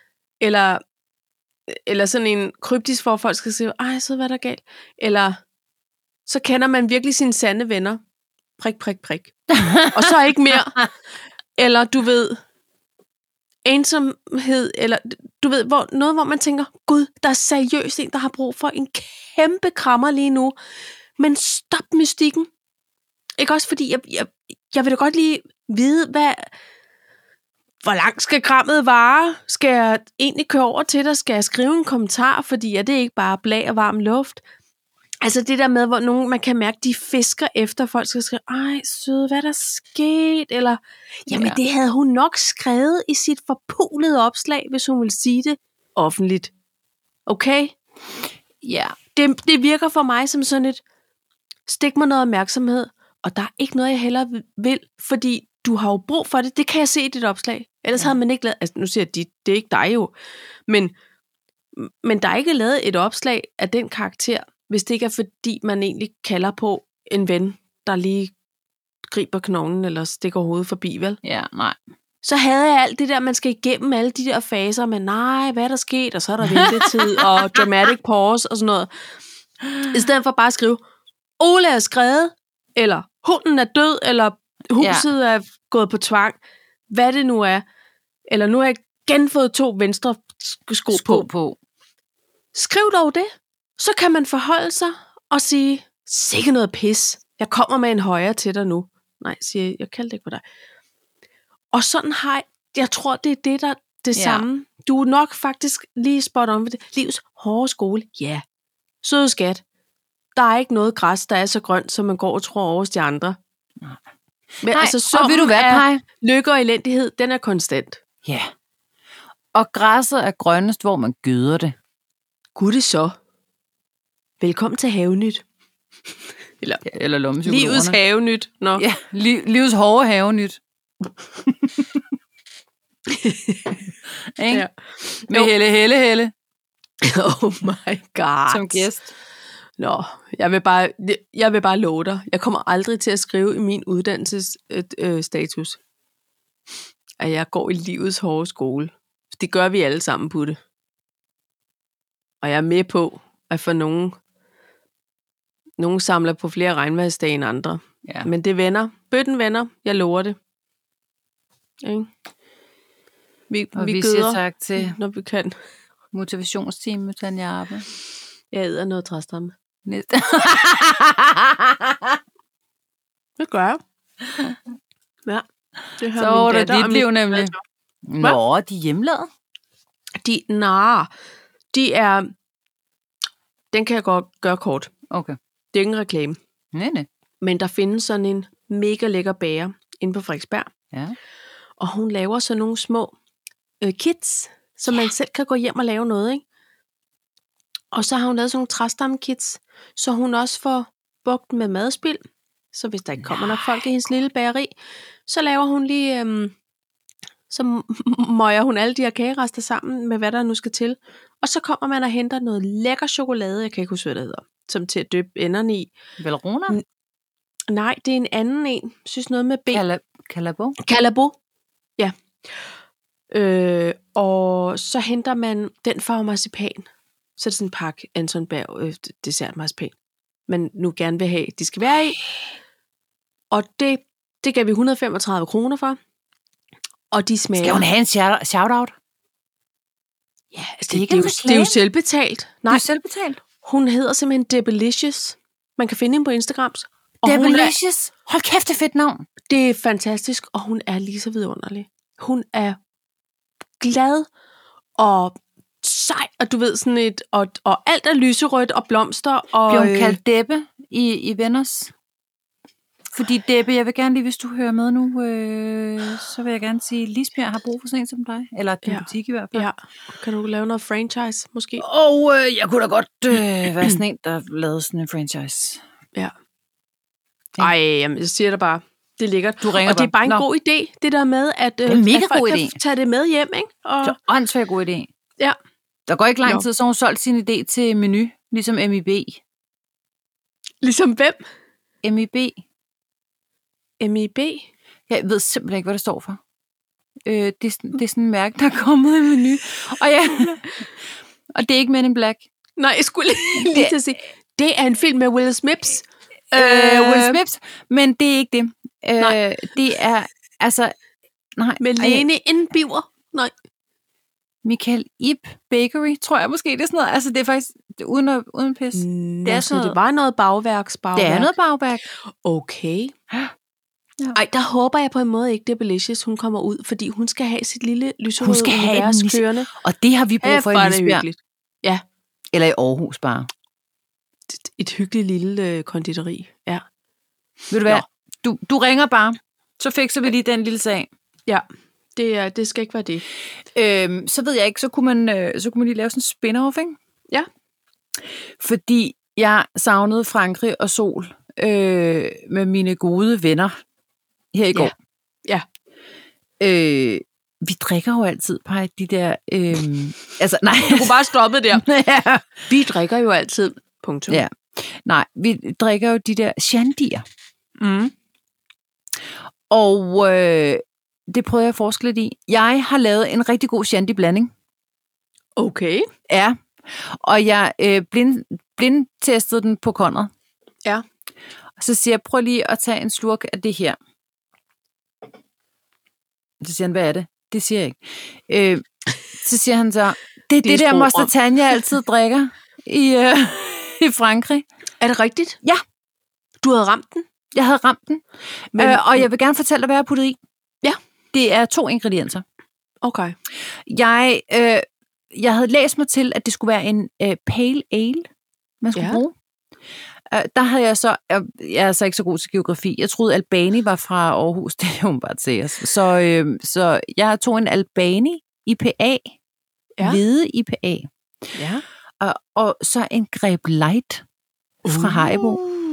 A: eller sådan en kryptisk, hvor folk skal sige, så hvad er der galt? Eller så kender man virkelig sine sande venner. Prik. Og så ikke mere. Eller du ved, ensomhed, eller du ved, hvor man tænker, gud, der er seriøst en, der har brug for en kæmpe krammer lige nu. Men stop mystikken. Ikke også fordi, jeg vil da godt lige vide, hvor langt skal krammet vare? Skal jeg egentlig køre over til dig? Skal jeg skrive en kommentar? Fordi det er ikke bare blag og varm luft. Altså det der med, hvor nogen, man kan mærke, de fisker efter, folk skal skrive, søde, hvad er der sket? Eller, jamen det havde hun nok skrevet i sit forpulede opslag, hvis hun ville sige det offentligt. Okay?
B: Ja.
A: Det virker for mig som sådan et, stik mig noget opmærksomhed, og der er ikke noget, jeg hellere vil, fordi du har jo brug for det. Det kan jeg se i dit opslag. Ellers havde man ikke lavet, altså nu siger jeg, det er ikke dig jo, men der er ikke lavet et opslag af den karakter, hvis det ikke er fordi, man egentlig kalder på en ven, der lige griber knoglen eller stikker hovedet forbi, vel?
B: Ja, nej.
A: Så havde jeg alt det der, man skal igennem alle de der faser med, nej, hvad er der sket? Og så er der ventetid og dramatic pause og sådan noget. I stedet for bare at skrive, Ole er skredet, eller hunden er død, eller huset er gået på tvang. Hvad det nu er. Eller nu har jeg igen fået 2 venstre sko på. Skriv dog det. Så kan man forholde sig og sige, sikke noget pis. Jeg kommer med en højre til dig nu. Nej, siger jeg kaldte ikke på dig. Og sådan har jeg tror, det er det, der det samme. Du er nok faktisk lige spot on ved det. Livs hårde skole. Ja. Søde skat. Der er ikke noget græs, der er så grønt, som man går og tror over hos de andre.
B: Nej.
A: Men altså, summen
B: vil du være, Paj?
A: Lykke og elendighed, den er konstant.
B: Ja. Og græsset er grønnest, hvor man gøder det.
A: Gud det så. Velkommen til Havenyt.
B: Eller lommepsykologerne.
A: Livets Havenyt. Nå.
B: Ja, livets hårde Havenyt.
A: Ja.
B: Med Helle.
A: Oh my god.
B: Som gæst.
A: Nå, jeg vil bare love dig. Jeg kommer aldrig til at skrive i min uddannelsesstatus, at jeg går i livets hårde skole. Det gør vi alle sammen, Putte. Og jeg er med på, at for nogen samler på flere regnvejrsdage end andre.
B: Ja.
A: Men det vender. Bøtten vender. Jeg lover det. Okay. Vi
B: siger tak til,
A: når vi kan.
B: Motivationsteam med Tanja Arbe.
A: Jeg æder noget træstamme.
B: Næste.
A: Det gør jeg. Ja. Det
B: så var det dit liv nemlig. Nå, de er hjemmelavet?
A: De er... Den kan jeg godt gøre kort.
B: Okay.
A: Det er ikke en reklame.
B: Nej.
A: Men der findes sådan en mega lækker bager inde på Frederiksberg.
B: Ja.
A: Og hun laver sådan nogle små kits, så man selv kan gå hjem og lave noget, ikke? Og så har hun lavet sådan nogle træstammekits, så hun også får bugt med madspild. Så hvis der ikke kommer nok folk i hendes lille bageri, så laver hun lige... så møjer hun alle de her kagerester sammen med, hvad der nu skal til. Og så kommer man og henter noget lækker chokolade, jeg kan ikke huske, hvad det hedder, som til at døbe enderne i.
B: Velrona?
A: Nej, det er en anden en. Synes noget med B.
B: Calabo?
A: Ja. Og så henter man den farve marcipan. Så er det sådan en pakke Anton Berg dessert marcipan. Man nu gerne vil have, de skal være i. Og det gav vi 135 kroner for. Og de smager...
B: Skal hun have en shout-out?
A: Ja, altså det er jo selvbetalt.
B: Nej, det er selvbetalt.
A: Hun hedder simpelthen Debelicious. Man kan finde hende på Instagram.
B: Debelicious? Hold kæft, det er fedt navn.
A: Det er fantastisk, og hun er lige så vidunderlig. Hun er glad og sej, og du ved sådan et... Og alt er lyserødt og blomster. Og,
B: bliver hun kaldt Debbe i Venners? Fordi Debbe, jeg vil gerne lige, hvis du hører med nu, så vil jeg gerne sige, Lisbjerg har brug for sådan en som dig. Eller din butik i hvert fald.
A: Ja. Kan du lave noget franchise, måske?
B: Og jeg kunne da godt være sådan en, der lavede sådan en franchise.
A: Ja. Ej, jamen, jeg siger det bare. Det er lækkert.
B: Du ringer
A: og det er bare en god idé, det der med, at,
B: det er en mega
A: at folk
B: god
A: kan
B: idé.
A: tage det med hjem, ikke? Og...
B: Det er åndssvagt god idé.
A: Ja.
B: Der går ikke lang tid, så hun solgt sin idé til Menu, ligesom MIB.
A: Ligesom hvem?
B: MIB.
A: MIB?
B: Jeg ved simpelthen ikke, hvad det står for. Det er sådan en mærke, der er kommet i Menu. Og det er ikke Men in Black.
A: Nej, jeg skulle lige til at sige. Det er en film med Will Smith.
B: Will Smith, men det er ikke det. Det er, altså... Nej,
A: med Lene Indbiver. Nej.
B: Michael Ib Bakery, tror jeg måske, det er sådan noget. Altså, det er faktisk uden pis.
A: Det er sådan noget. Det var noget bagværk.
B: Det er noget bagværk.
A: Okay. Ja. Ej, der håber jeg på en måde ikke, det er Belicious, hun kommer ud, fordi hun skal have sit lille lyserøde univers kørende.
B: Og det har vi brug for i Lisbjerg.
A: Ja.
B: Eller i Aarhus bare.
A: Et hyggeligt lille konditori. Ja.
B: Ved du hvad? Du ringer bare, så fikser vi lige den lille sag.
A: Ja. Det skal ikke være det.
B: Så ved jeg ikke, så kunne man lige lave sådan en spin-off, ikke?
A: Ja.
B: Fordi jeg savnede Frankrig og sol med mine gode venner her i går.
A: Ja.
B: Vi drikker jo altid på de der... altså, nej.
A: Du kunne bare stoppe der. Ja. Vi drikker jo altid. Punktum.
B: Ja. Nej, vi drikker jo de der shandier.
A: Mm.
B: Og det prøver jeg at forske lidt i. Jeg har lavet en rigtig god shandy-blanding.
A: Okay.
B: Ja. Og jeg blindtestede den på Conrad.
A: Ja.
B: Og så siger jeg, prøv lige at tage en slurk af det her. Så siger han, hvad er det? Det siger jeg ikke. Så siger han så, det er det der Moster Tanja altid drikker i Frankrig.
A: Er det rigtigt?
B: Ja.
A: Du havde ramt den?
B: Jeg havde ramt den. Og jeg vil gerne fortælle dig, hvad jeg har puttet i.
A: Ja.
B: Det er 2 ingredienser.
A: Okay.
B: Jeg havde læst mig til, at det skulle være en pale ale, man skulle bruge. Der havde jeg så, jeg er så ikke så god til geografi. Jeg troede, Albani var fra Aarhus. Det er jo bare til os. Så jeg tog en Albani IPA. Ja. Hvide IPA.
A: Ja.
B: Og så en greb light fra Haribo.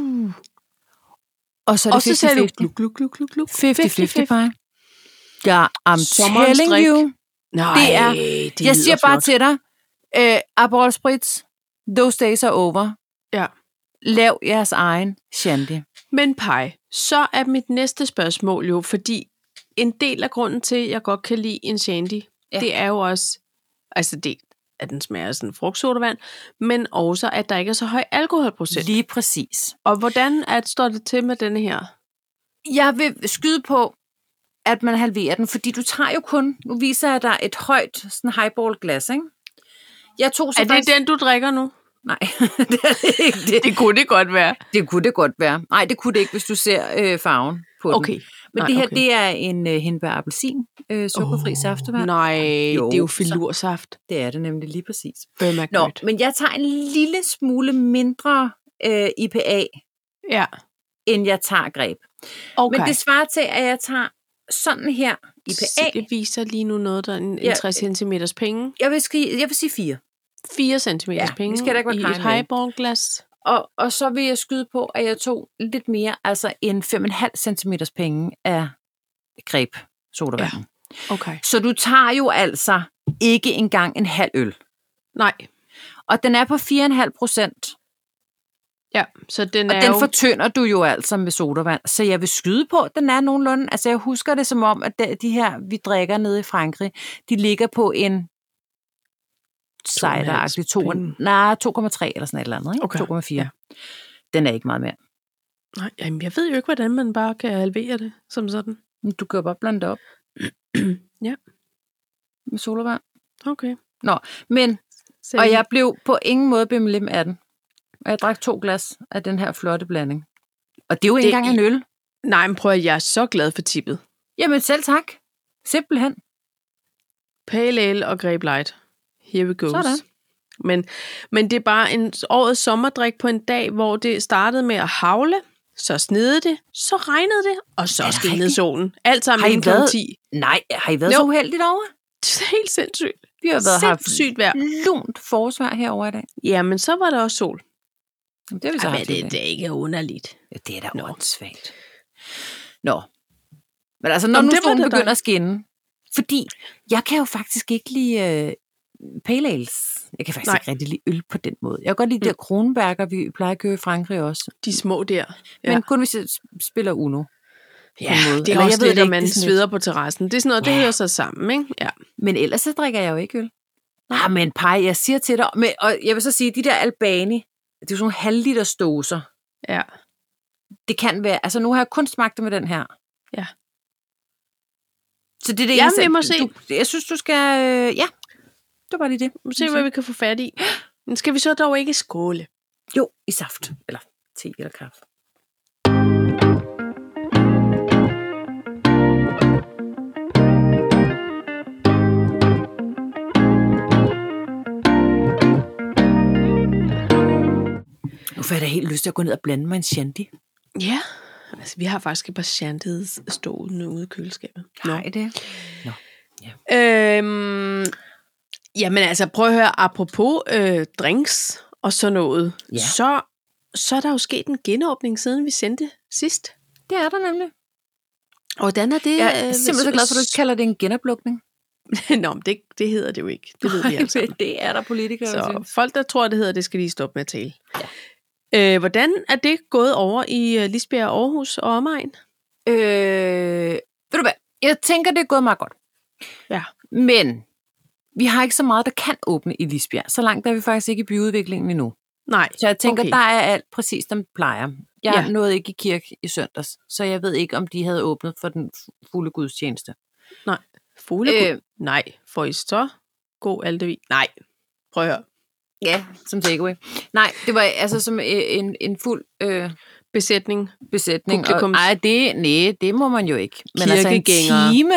B: Og så er det 50-50. 50-50 pie. Ja, I'm telling you.
A: Nej,
B: jeg siger bare til dig, Aperol Spritz, those days are over.
A: Ja.
B: Lav jeres egen shandy.
A: Men Paj, så er mit næste spørgsmål jo, fordi en del af grunden til, at jeg godt kan lide en shandy, det er jo også, altså det, at den smager sådan frugtsodavand, men også, at der ikke er så høj alkoholprocent.
B: Lige præcis.
A: Og hvordan står det til med denne her?
B: Jeg vil skyde på, at man halverer den, fordi du tager jo kun, nu viser jeg dig et højt sådan highball-glas, ikke? Jeg tog så
A: det den, du drikker nu?
B: Nej, det er det ikke det.
A: Det kunne det godt være.
B: Det kunne det godt være. Nej, det kunne det ikke, hvis du ser farven på den. Men det her, det er en hindbær-appelsin, sukkerfri saftevand.
A: Nej, det er jo filursaft.
B: Det er det nemlig lige præcis.
A: Nå,
B: men jeg tager en lille smule mindre IPA, end jeg tager greb. Okay. Men det svarer til, at jeg tager sådan her IPA.
A: Så det viser lige nu noget, der er en 60 cm penge.
B: Jeg vil sige 4.
A: 4 cm penge
B: skal i
A: et highballglas.
B: Og så vil jeg skyde på, at jeg tog lidt mere, altså en 5,5 cm penge af greb sodavand. Ja.
A: Okay.
B: Så du tager jo altså ikke engang en halv øl.
A: Nej.
B: Og den er på 4,5%.
A: Ja, så den
B: og
A: er
B: den
A: jo...
B: fortynder du jo altså med sodavand. Så jeg vil skyde på, at den er nogenlunde. Altså jeg husker det som om, at de her, vi drikker nede i Frankrig, de ligger på en cider-agtig 2,3 eller sådan et eller andet, ikke?
A: Okay.
B: 2,4. Ja. Den er ikke meget mere.
A: Nej, jamen jeg ved jo ikke, hvordan man bare kan halvere det som sådan.
B: Du kan jo bare blande det op.
A: Ja.
B: Med sodavand.
A: Okay.
B: Nå, men, og jeg blev på ingen måde bimmelim af den. Og jeg drak 2 glas af den her flotte blanding. Og det er jo ikke engang en øl.
A: Nej, men prøv at jeg er så glad for tippet.
B: Jamen selv tak. Simpelthen.
A: Pale ale og Grape Light. Here we go.
B: Sådan.
A: Men det er bare en årets sommerdrik på en dag, hvor det startede med at hagle, så snede det, så regnede det, og så skinnede solen. Alt sammen inden kl. 10.
B: Nej, har I været så uheldigt over?
A: Det er helt sindssygt.
B: Vi har været
A: sindssygt vejr.
B: Lunt forårsvejr herovre i dag.
A: Ja, men så var der også sol.
B: Jamen, det, så
A: det er ikke underligt.
B: Ja, det er da åndssvagt. Nå. Men altså, når nu solen begynder at skinne, fordi jeg kan jo faktisk ikke lide pale ales. Jeg kan faktisk ikke rigtig lide øl på den måde. Jeg kan godt lide de der Kronberger, vi plejer at købe i Frankrig også.
A: De små der.
B: Ja. Men kun hvis jeg spiller Uno.
A: Ja, det er også lidt, at man sveder på terrassen. Det er sådan noget, det hører sig sammen, ikke? Ja.
B: Men ellers så drikker jeg jo ikke øl. Ah, men Paj, jeg siger til dig, og jeg vil så sige, de der Albani, det er jo sådan nogle halvliters dåser.
A: Ja.
B: Det kan være, altså nu har jeg kun smagt det med den her.
A: Ja.
B: Så det er det
A: eneste. Vi må se.
B: Jeg synes, du skal, det var bare lige det.
A: Vi må se, hvad vi kan få fat i. Men skal vi så dog ikke skåle?
B: Jo, i saft, eller te eller kaffe. Nu får jeg da helt lyst til at gå ned og blande mig en shandy.
A: Ja, altså vi har faktisk et par shandies stående ude i køleskabet.
B: Nej, det. Nå.
A: Ja. Jamen altså, prøv at høre, apropos drinks og sådan noget, så er der jo sket en genåbning, siden vi sendte sidst.
B: Det er der nemlig.
A: Og hvordan er det?
B: Jeg er simpelthen så glad for, at du ikke kalder det en genoplukning.
A: Nå, men det hedder det jo ikke. Det ved vi altså.
B: Det er der politikere.
A: Så folk, der tror, det hedder, det skal lige stoppe med at tale. Ja. Hvordan er det gået over i Lisbjerg, Aarhus og omegn?
B: Ved du hvad? Jeg tænker, det er gået meget godt.
A: Ja.
B: Men vi har ikke så meget, der kan åbne i Lisbjerg. Så langt er vi faktisk ikke i byudviklingen endnu.
A: Nej.
B: Så jeg tænker, der er alt præcis, som plejer. Jeg nåede ikke i kirke i søndags, så jeg ved ikke, om de havde åbnet for den fulde gudstjeneste.
A: Nej. Nej, for I så god aldevi. Nej, prøv at høre.
B: Ja, som takeaway. Nej, det var altså som en fuld
A: Besætning.
B: Og, det må man jo ikke. Men altså en
A: Kirkegængere.
B: time.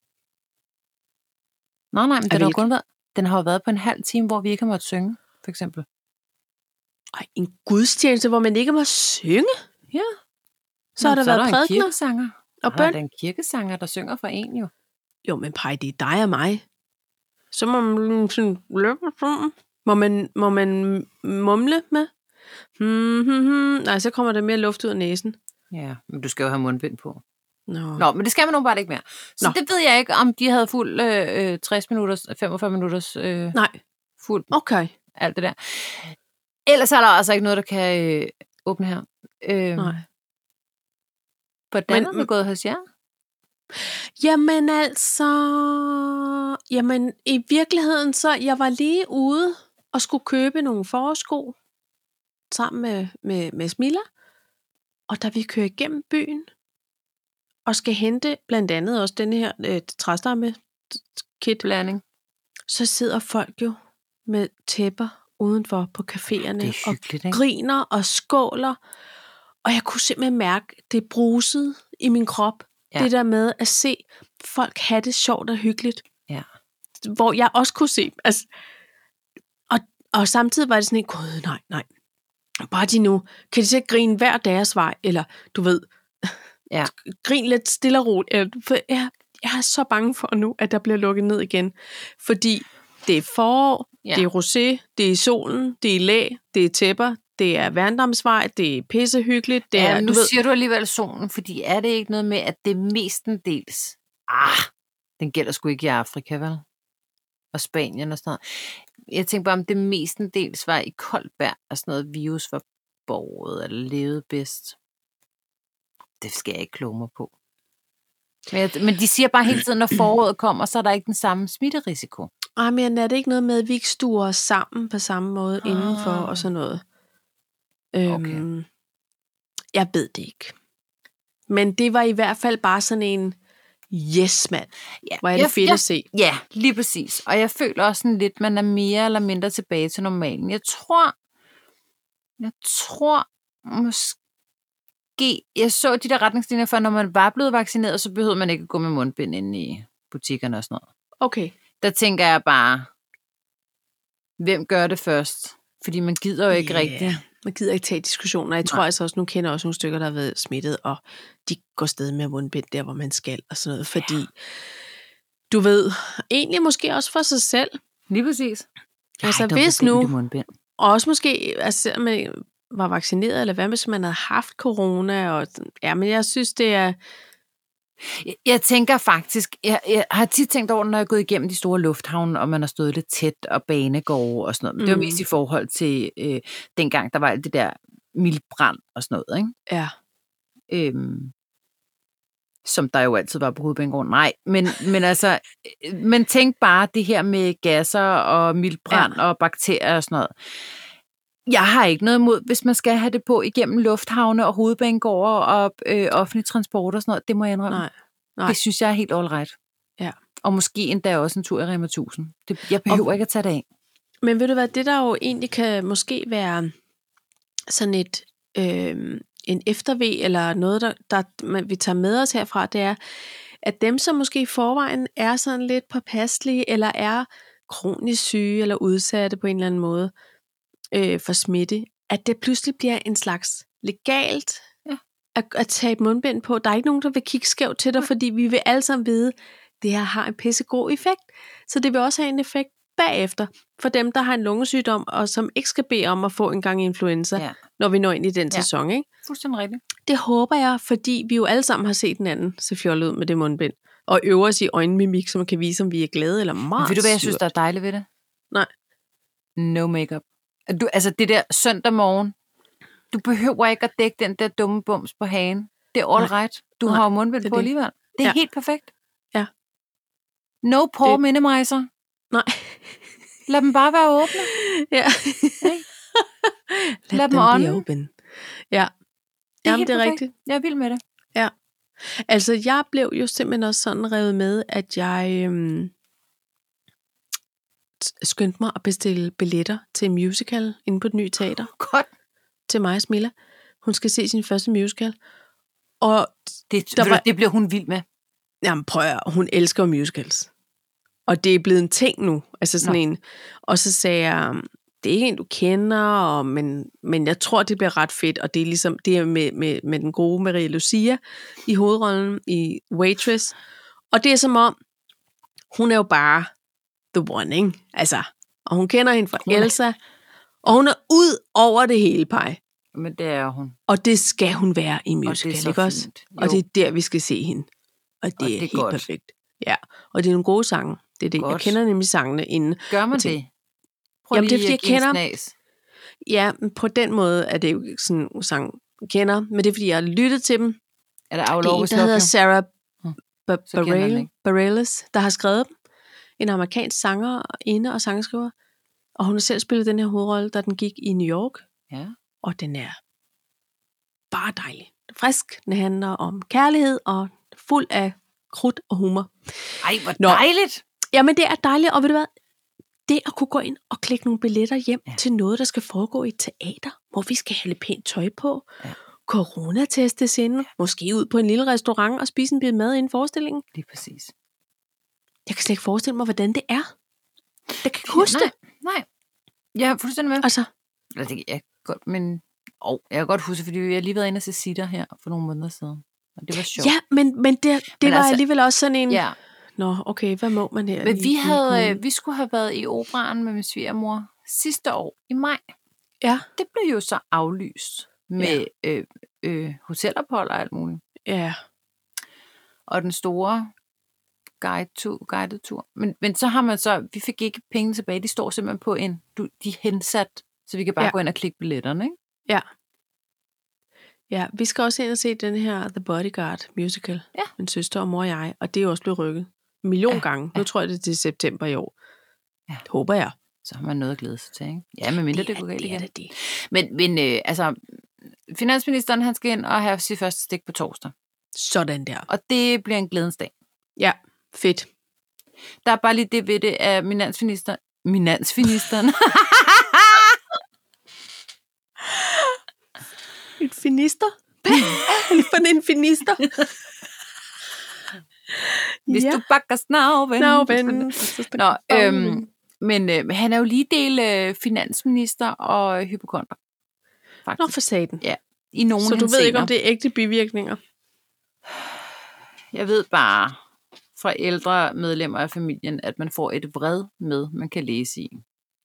B: Nej, men den har jo været på en halv time, hvor vi ikke har måttet synge, for eksempel.
A: Ej, en gudstjeneste, hvor man ikke må synge?
B: Ja.
A: Så har der været prædikener.
B: En kirkesanger.
A: Og bøn.
B: Der er en kirkesanger, der synger for en jo.
A: Jo, men Paj, det er dig og mig. Så må man sådan løbe sådan. Må man mumle med? Nej, så kommer der mere luft ud af næsen.
B: Ja, men du skal jo have mundbind på.
A: Nå,
B: men det skal man bare ikke mere. Så det ved jeg ikke, om de havde fuld 60 minutters, 45 minutters
A: nej.
B: Fuld.
A: Okay.
B: Alt det der. Ellers er der altså ikke noget, der kan åbne her.
A: Nej.
B: Hvordan er det gået hos jer?
A: Jamen altså... Jamen, i virkeligheden så... Jeg var lige ude og skulle købe nogle forårsko sammen med Smilla. Og da vi kører igennem byen og skal hente blandt andet også denne her træstamme
B: kit-blanding,
A: så sidder folk jo med tæpper udenfor på caféerne og griner og skåler. Og jeg kunne simpelthen mærke, det brusede i min krop. Ja. Det der med at se folk have det sjovt og hyggeligt.
B: Ja.
A: Hvor jeg også kunne se. Altså, og samtidig var det sådan en, gud, nej. Bare de nu, kan de så grine hver deres vej? Eller du ved, grin lidt stille og roligt. For jeg er så bange for nu, at der bliver lukket ned igen. Fordi det er forår, det er rosé, det er i solen, det er læ, det er tæpper, det er Værndomsvej, det er pissehyggeligt. Det er,
B: nu siger du alligevel solen, fordi er det ikke noget med, at det mestendels... den gælder sgu ikke i Afrika, vel? Og Spanien og sådan noget. Jeg tænker bare, om det mestendels var i koldt vejr, og sådan noget virus var båret eller levede bedst. Det skal jeg ikke kloge mig på. Men de siger bare hele tiden, når foråret kommer, så er der ikke den samme smitterisiko.
A: Men er det ikke noget med, at vi ikke stuer os sammen på samme måde indenfor og sådan noget? Okay. Jeg ved det ikke. Men det var i hvert fald bare sådan en yes, mand. Ja, hvor er det fedt at se.
B: Ja, lige præcis. Og jeg føler også sådan lidt, man er mere eller mindre tilbage til normalen. Jeg tror måske, jeg så de der retningslinjer for, når man var blevet vaccineret, så behøvede man ikke at gå med mundbind inde i butikkerne og sådan noget.
A: Okay.
B: Der tænker jeg bare, hvem gør det først? Fordi man gider jo ikke rigtigt.
A: Man gider ikke tage diskussioner. Jeg tror altså også, nu kender også nogle stykker, der har været smittet, og de går stadig med mundbind der, hvor man skal, og sådan noget. Fordi, du ved, egentlig måske også for sig selv.
B: Lige præcis.
A: Altså hvis nu, og også måske, altså man var vaccineret, eller hvad hvis man havde haft corona, og men jeg synes, det er...
B: Jeg tænker faktisk, jeg har tit tænkt over, når jeg er gået igennem de store lufthavne, og man har stået lidt tæt, og banegårde og sådan noget. Men det var mest i forhold til dengang, der var alt det der mildbrand og sådan noget, ikke?
A: Ja.
B: Som der jo altid var på Hovedbanegården. Nej, men altså, men tænk bare det her med gasser og mildbrand og bakterier og sådan noget. Jeg har ikke noget imod, hvis man skal have det på igennem lufthavne og hovedbanegårde og offentlig transport og sådan noget. Det må jeg indrømme. Nej. Det synes jeg er helt all right.
A: Ja.
B: Og måske endda også en tur i Rema 1000. Jeg behøver ikke at tage det af.
A: Men ved du hvad, det der jo egentlig kan måske være sådan et en eftervej, eller noget, der vi tager med os herfra, det er, at dem, som måske i forvejen er sådan lidt påpasselige, eller er kronisk syge, eller udsatte på en eller anden måde, for smitte, at det pludselig bliver en slags legalt at tage et mundbind på. Der er ikke nogen, der vil kigge skævt til dig, fordi vi vil alle sammen vide, det her har en pissegod effekt. Så det vil også have en effekt bagefter, for dem, der har en lungesygdom, og som ikke skal bede om at få en gang influenza, når vi når ind i den sæson. Ikke?
B: Fuldstændig rigtigt.
A: Det håber jeg, fordi vi jo alle sammen har set den anden se fjollet ud med det mundbind, og øver os i øjenmimik, så man kan vise, om vi er glade eller meget.
B: Men ved du, hvad jeg synes, der er dejligt ved det?
A: Nej.
B: No makeup. Altså det der søndag morgen, du behøver ikke at dække den der dumme bums på hagen. Det er all right. Du har jo mundbind på alligevel. Det er helt perfekt.
A: Ja.
B: No pore minimizer.
A: Nej.
B: Lad dem bare være åbne.
A: Ja.
B: Lad dem ånde.
A: Open. Ja. Jamen, det er rigtigt.
B: Jeg er vild med det.
A: Ja. Altså, jeg blev jo simpelthen også sådan revet med, at jeg skyndte mig at bestille billetter til en musical inde på det nye teater.
B: Godt.
A: Til mig og Smilla. Hun skal se sin første musical. Og
B: det bliver hun vild med.
A: Jamen prøv at, hun elsker musicals. Og det er blevet en ting nu. Altså sådan en. Og så sagde jeg, det er ikke en, du kender, men jeg tror, det bliver ret fedt. Og det er ligesom, det er med den gode Maria Lucia i hovedrollen i Waitress. Og det er som om, hun er jo bare the one, ikke? Altså, og hun kender hende fra Elsa. Og hun er ud over det hele, Paj.
B: Men det er hun.
A: Og det skal hun være i musical, ikke også? Og det er der, vi skal se hende. Og det er helt godt. Perfekt. Ja, og det er nogle gode sange. Det er det. Jeg kender nemlig sangene inden.
B: Gør man det?
A: Prøv jamen, det er fordi, jeg kender... Ja, på den måde er det jo ikke sådan en sang, jeg kender. Men det er fordi, jeg har lyttet til dem.
B: Er der Aulov,
A: der hedder Sarah Bareilles, der har skrevet dem. En amerikansk sanger inde og sangskriver. Og hun har selv spillet den her hovedrolle, da den gik i New York.
B: Ja.
A: Og den er bare dejlig. Frisk. Den handler om kærlighed og fuld af krudt og humor.
B: Ej, hvor dejligt!
A: Jamen, det er dejligt. Og ved du hvad? Det at kunne gå ind og klikke nogle billetter hjem til noget, der skal foregå i et teater, hvor vi skal have lidt pænt tøj på, coronatestes inden, måske ud på en lille restaurant og spise en bid mad inden forestillingen.
B: Lige præcis.
A: Jeg kan slet ikke forestille mig, hvordan det er. Jeg kan ikke huske det.
B: Nej. Jeg har fuldstændig med.
A: Altså.
B: Jeg godt, men jeg kan godt huske, fordi vi har lige været inde og se Sitter her for nogle måneder siden. Og det var sjovt.
A: Ja, men det var altså, alligevel også sådan en...
B: Ja.
A: Nå, okay, hvad må man her?
B: Men vi skulle have været i operaen med min svigermor sidste år i maj.
A: Ja.
B: Det blev jo så aflyst med hotelophold og alt muligt.
A: Ja.
B: Og den store guided tur. Men så har man vi fik ikke penge tilbage. De står simpelthen på de er hensat, så vi kan bare gå ind og klikke billetterne, ikke?
A: Ja. Ja, vi skal også ind og se den her The Bodyguard musical. Ja. Min søster og mor og jeg, og det er jo også blevet rykket en million gange. Nu tror jeg, det er til september i år. Ja. Det håber jeg.
B: Så har man noget at glæde sig til, ikke? Ja, men mindre det går galt igen.
A: Det.
B: Men altså, finansministeren, han skal ind og have sit første stik på torsdag.
A: Sådan der.
B: Og det bliver en glædens dag.
A: Ja, fedt.
B: Der er bare lige det ved det af finansministeren.
A: En finister? En finister?
B: Hvis du bakker snavven. Nå, men han er jo lige del finansminister og hypokonder.
A: Faktisk. Nå, for satan.
B: Ja, i nogle
A: så du ved ikke, om det er ægte bivirkninger?
B: Jeg ved bare fra ældre medlemmer af familien, at man får et vred med, man kan læse i.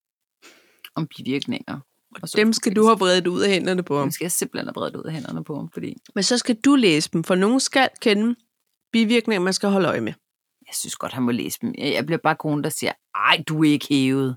B: Om bivirkninger.
A: Og dem skal du have vredet ud af hænderne på ham.
B: Dem skal jeg simpelthen have vredet ud af hænderne på ham. Fordi...
A: Men så skal du læse dem, for nogen skal kende bivirkninger, man skal holde øje med.
B: Jeg synes godt, han må læse dem. Jeg bliver bare konen, der siger, ej, du er ikke hævet.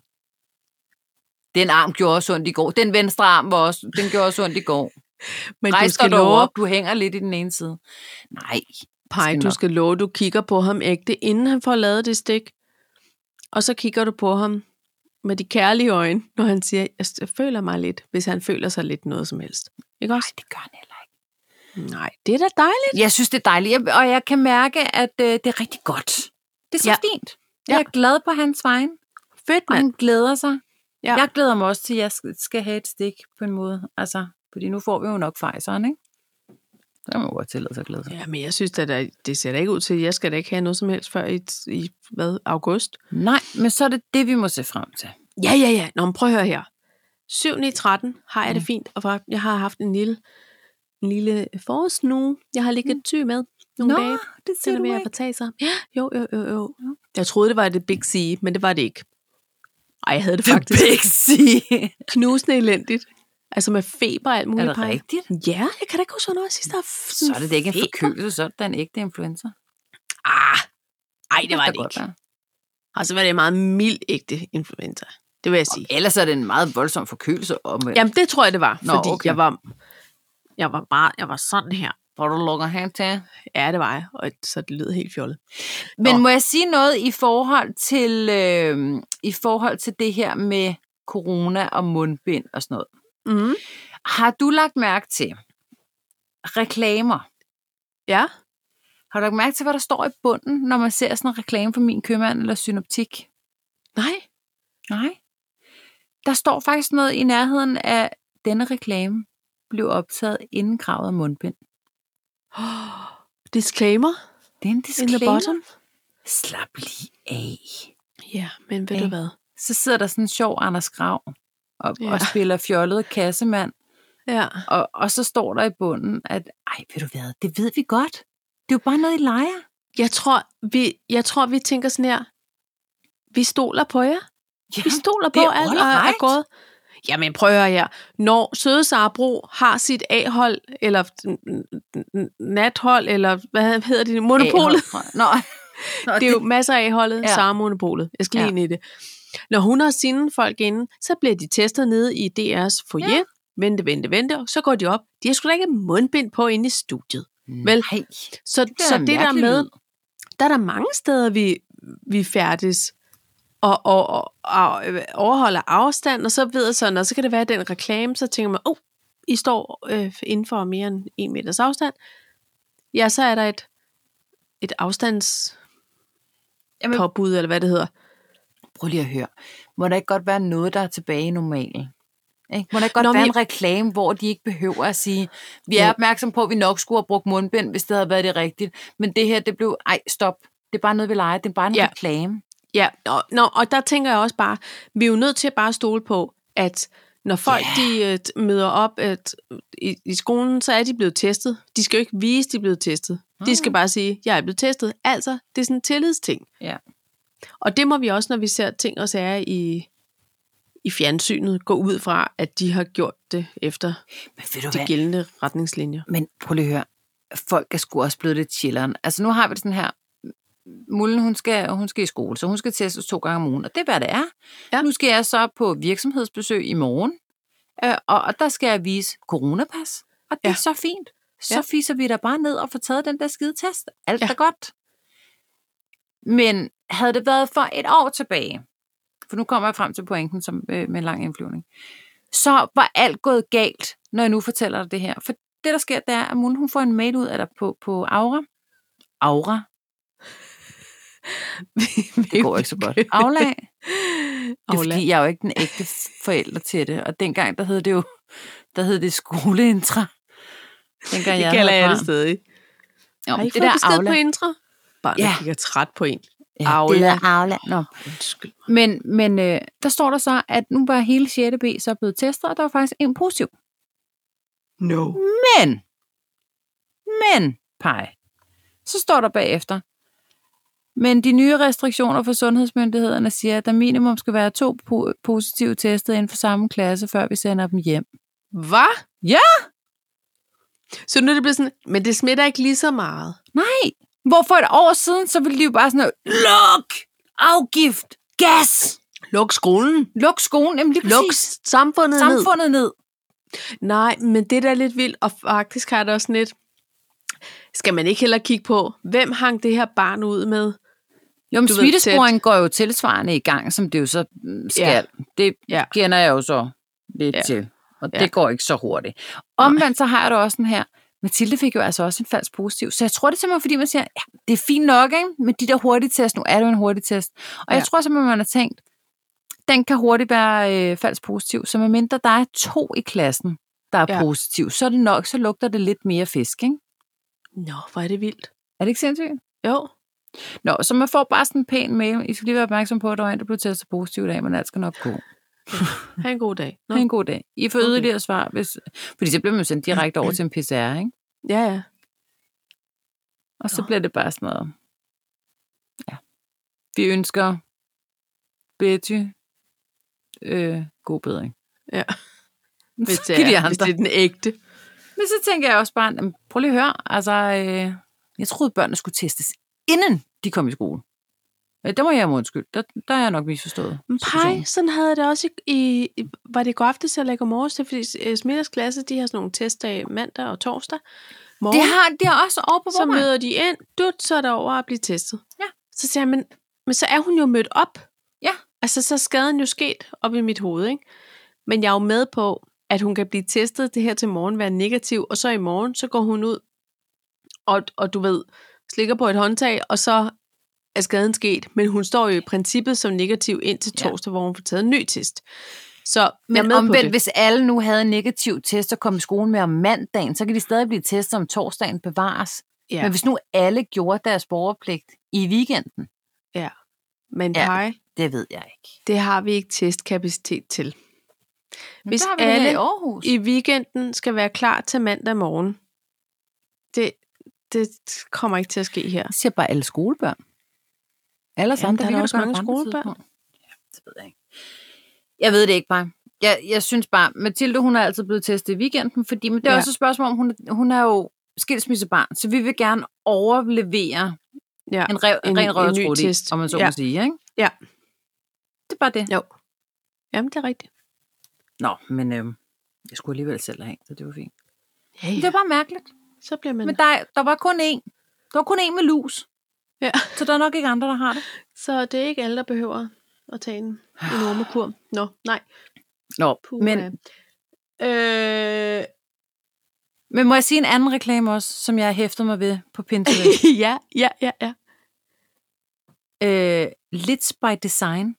B: Den arm gjorde også ondt i går. Den venstre arm den gjorde også ondt i går. Men rejs dig op, du hænger lidt i den ene side. Nej.
A: Pej, du skal love, du kigger på ham ægte, inden han får lavet det stik. Og så kigger du på ham med de kærlige øjne, når han siger, jeg føler mig lidt, hvis han føler sig lidt noget som helst. Ikke også?
B: Nej, det gør han heller ikke.
A: Nej, det er da dejligt.
B: Jeg synes, det er dejligt, og jeg kan mærke, at det er rigtig godt. Det er så fint. Jeg er glad på hans vegne.
A: Fedt, mand.
B: Han glæder sig.
A: Ja.
B: Jeg glæder mig også til, at jeg skal have et stik på en måde. Altså, fordi nu får vi jo nok Pfizeren, ikke? Så kan man jo godt tillade sig at glæde sig.
A: Ja, men jeg synes, at det ser da ikke ud til, at jeg skal da ikke have noget som helst før i august.
B: Nej, men så er det, vi må se frem til.
A: Ja. Nå, men prøv at høre her. 7-9-13 har jeg det fint, og jeg har haft en lille forårsnue. Jeg har ligget tyg med nogle dage.
B: Det ser du
A: ikke. Den er sig. Ja, jo. Jeg troede, det var det Big C, men det var det ikke. Ej, jeg havde det faktisk.
B: Big C.
A: Knusende elendigt. Altså med feber og alt muligt.
B: Er det rigtigt?
A: Ja, jeg kan da ikke huske noget sidst.
B: Så er det ikke en forkølelse, så er det en ægte influenza.
A: Ej, det var det ikke. Altså var det en meget mild ægte influenza. Det vil jeg sige.
B: Ellers er det en meget voldsom forkølelse.
A: Jamen, det tror jeg, det var. Fordi
B: okay.
A: jeg var sådan her.
B: Hvor du lukker hen til?
A: Ja, det var jeg. Og så det lød helt fjollet.
B: Men må jeg sige noget i forhold til det her med corona og mundbind og sådan noget?
A: Mm.
B: Har du lagt mærke til reklamer?
A: Ja.
B: Har du lagt mærke til, hvad der står i bunden, når man ser sådan en reklame for Min Købmand eller Synoptik?
A: Nej.
B: Nej. Der står faktisk noget i nærheden af denne reklame blev optaget inden kravet af mundbind.
A: Disclaimer.
B: Det er en
A: In
B: disclaimer.
A: the bottom.
B: Slap lige af.
A: Ja, men ved du hvad?
B: Så sidder der sådan en sjov Anders Grav og spiller fjollet kassemand.
A: Ja.
B: Og så står der i bunden, at ved du hvad, det ved vi godt. Det er jo bare noget, I leger.
A: Jeg tror, vi tænker sådan her. Vi stoler på jer.
B: Ja,
A: vi stoler på, at alt er gået. Jamen prøv at høre her. Når Søde Sara Bro har sit A-hold, eller nathold, eller hvad hedder det? Monopolet.
B: Nå,
A: det er jo masser af A-holdet, Sara Monopolet. Jeg skal lige ind i det. Når hun har sine folk inde, så bliver de testet nede i DR's foyer. Ja. Vente, og så går de op. De har sgu da ikke mundbind på inde i studiet. Vel?
B: Nej.
A: Så det der med, der er der mange steder, vi færdes og overholder afstand, og så ved jeg sådan, og så kan det være den reklame, så tænker man, I står inden for mere end 1 meters afstand. Ja, så er der et afstandspåbud, eller hvad det hedder.
B: Prøv lige at høre. Må der ikke godt være noget, der er tilbage i normalen? Ikke? Må der ikke godt være en reklame, hvor de ikke behøver at sige, vi er opmærksom på, at vi nok skulle have brugt mundbind, hvis det havde været det rigtigt. Men det her, det blev, stop. Det er bare noget, vi leger. Det er bare en reklame.
A: Ja, og der tænker jeg også bare, vi er jo nødt til at bare stole på, at når folk de møder op i skolen, så er de blevet testet. De skal jo ikke vise, de er blevet testet. De skal bare sige, jeg er blevet testet. Altså, det er sådan en tillidsting.
B: Ja.
A: Og det må vi også, når vi ser ting og sager i fjernsynet, gå ud fra, at de har gjort det efter de gældende retningslinjer.
B: Men prøv lige at høre. Folk er sgu også blevet lidt chilleren. Altså nu har vi det sådan her. Mullen, hun skal i skole, så hun skal testes 2 gange om ugen, og det er, hvad det er. Ja. Nu skal jeg så på virksomhedsbesøg i morgen, og der skal jeg vise coronapas, og det er så fint. Så fiser vi der bare ned og får taget den der skide test. Alt er godt. Men havde det været for 1 år tilbage, for nu kommer jeg frem til pointen med en lang indflyvning, så var alt gået galt, når jeg nu fortæller dig det her. For det, der sker, det er, at Mullen, hun får en mail ud af dig på Aura. Det går ikke så godt. Aula. Det er fordi, jeg er jo ikke den ægte forælder til det. Og dengang, der hed det skoleintra. Dengang,
A: det kalder jeg det stadig.
B: Jo,
A: har I fået besked på intra? Bare der kigger træt på en.
B: Ja, Aula. Det er Aula. Nå. Men der står der så, at nu var hele 6. B så blevet testet, og der var faktisk en positiv.
A: No.
B: Men, Paj. Så står der bagefter, men de nye restriktioner for sundhedsmyndighederne siger, at der minimum skal være 2 positive testet inden for samme klasse, før vi sender dem hjem.
A: Hvad?
B: Ja!
A: Så nu er det blevet sådan, men det smitter ikke lige så meget.
B: Nej! Hvor for 1 år siden, så ville de jo bare sådan noget, luk! Afgift! Gas!
A: Luk skolen.
B: Luk skolen, jamen lige præcis.
A: Luk samfundet
B: ned.
A: Nej, men det der er lidt vildt, og faktisk har det også lidt, skal man ikke heller kigge på, hvem hang det her barn ud med?
B: Jo, men smittesporing går jo tilsvarende i gang, som det jo så skal. Det kender jeg jo så lidt til, og det går ikke så hurtigt. Omvendt så har jeg da også den her, Mathilde fik jo altså også en falsk positiv, så jeg tror det simpelthen, fordi man siger, det er fint nok, ikke? Med de der hurtige test, nu er det jo en hurtig test. Og jeg tror simpelthen, man har tænkt, den kan hurtigt være falsk positiv, så medmindre der er 2 i klassen, der er positiv, så er det nok, så lugter det lidt mere fisk, ikke?
A: Nå, hvor er det vildt.
B: Er det ikke sindssygt?
A: Jo.
B: Nå, så man får bare sådan en pæn mail. I skal lige være opmærksom på, at der er en, der blev testet positiv i dag, men alt skal nok gå.
A: Ha' en god dag.
B: Ha' en god dag. I får yderligere svar, fordi så bliver man sendt direkte over til en PCR, ikke?
A: Ja.
B: Og så bliver det bare sådan noget. Ja. Vi ønsker Betty god bedring.
A: Ja. Hvis det er den ægte.
B: Men så tænker jeg også bare, prøv lige at høre, altså, jeg troede, børnene skulle testes, inden de kom i skole. Det må jeg undskylde. Der er jeg nok misforstået.
A: Pej, sådan havde jeg det også var det god aftes eller ikke morges, det fordi Smitters klasse, de har sådan nogle testdage mandag og torsdag. Morgen,
B: det har de også over på
A: så møder de ind, så er der over at blive testet.
B: Ja.
A: Så siger jeg, men så er hun jo mødt op.
B: Ja.
A: Altså, så er skaden jo sket op i mit hoved, ikke? Men jeg er jo med på, at hun kan blive testet det her til morgen, være negativ, og så i morgen, så går hun ud, og du ved, slikker på et håndtag, og så er skaden sket, men hun står jo i princippet som negativ indtil torsdag, hvor hun får taget en ny test. Så
B: men
A: jeg er med på det.
B: hvis alle nu havde en negativ test og kom i skole med om mandagen, så kan de stadig blive testet om torsdagen bevares. Ja. Men hvis nu alle gjorde deres borgerpligt i weekenden.
A: Ja, men Paj,
B: det ved jeg ikke.
A: Det har vi ikke testkapacitet til.
B: Men
A: hvis alle i weekenden skal være klar til mandag morgen, det kommer ikke til at ske her.
B: Jeg siger bare alle skolebørn. Alle sammen,
A: der er også mange skolebørn.
B: Ja, det ved jeg ikke. Jeg ved det ikke bare. Jeg synes bare, Mathilde, hun er altid blevet testet i weekenden, fordi men det er også et spørgsmål om, hun er jo skilsmissebarn, så vi vil gerne overlevere en ren røvtrutte, om man så må sige, ikke?
A: Ja.
B: Det er bare det.
A: Jo. Jamen, det er rigtigt.
B: Nå, men jeg skulle alligevel selv have, så det var fint.
A: Ja.
B: Det er bare mærkeligt.
A: Så bliver man...
B: Men der var kun én. Der var kun én med lus.
A: Ja.
B: Så der er nok ikke andre, der har det.
A: Så det er ikke alle, der behøver at tage en ormekur. Nå, nej.
B: Nå, men må jeg sige en anden reklame også, som jeg hæfter mig ved på Pinterest?
A: ja.
B: Lids by Design.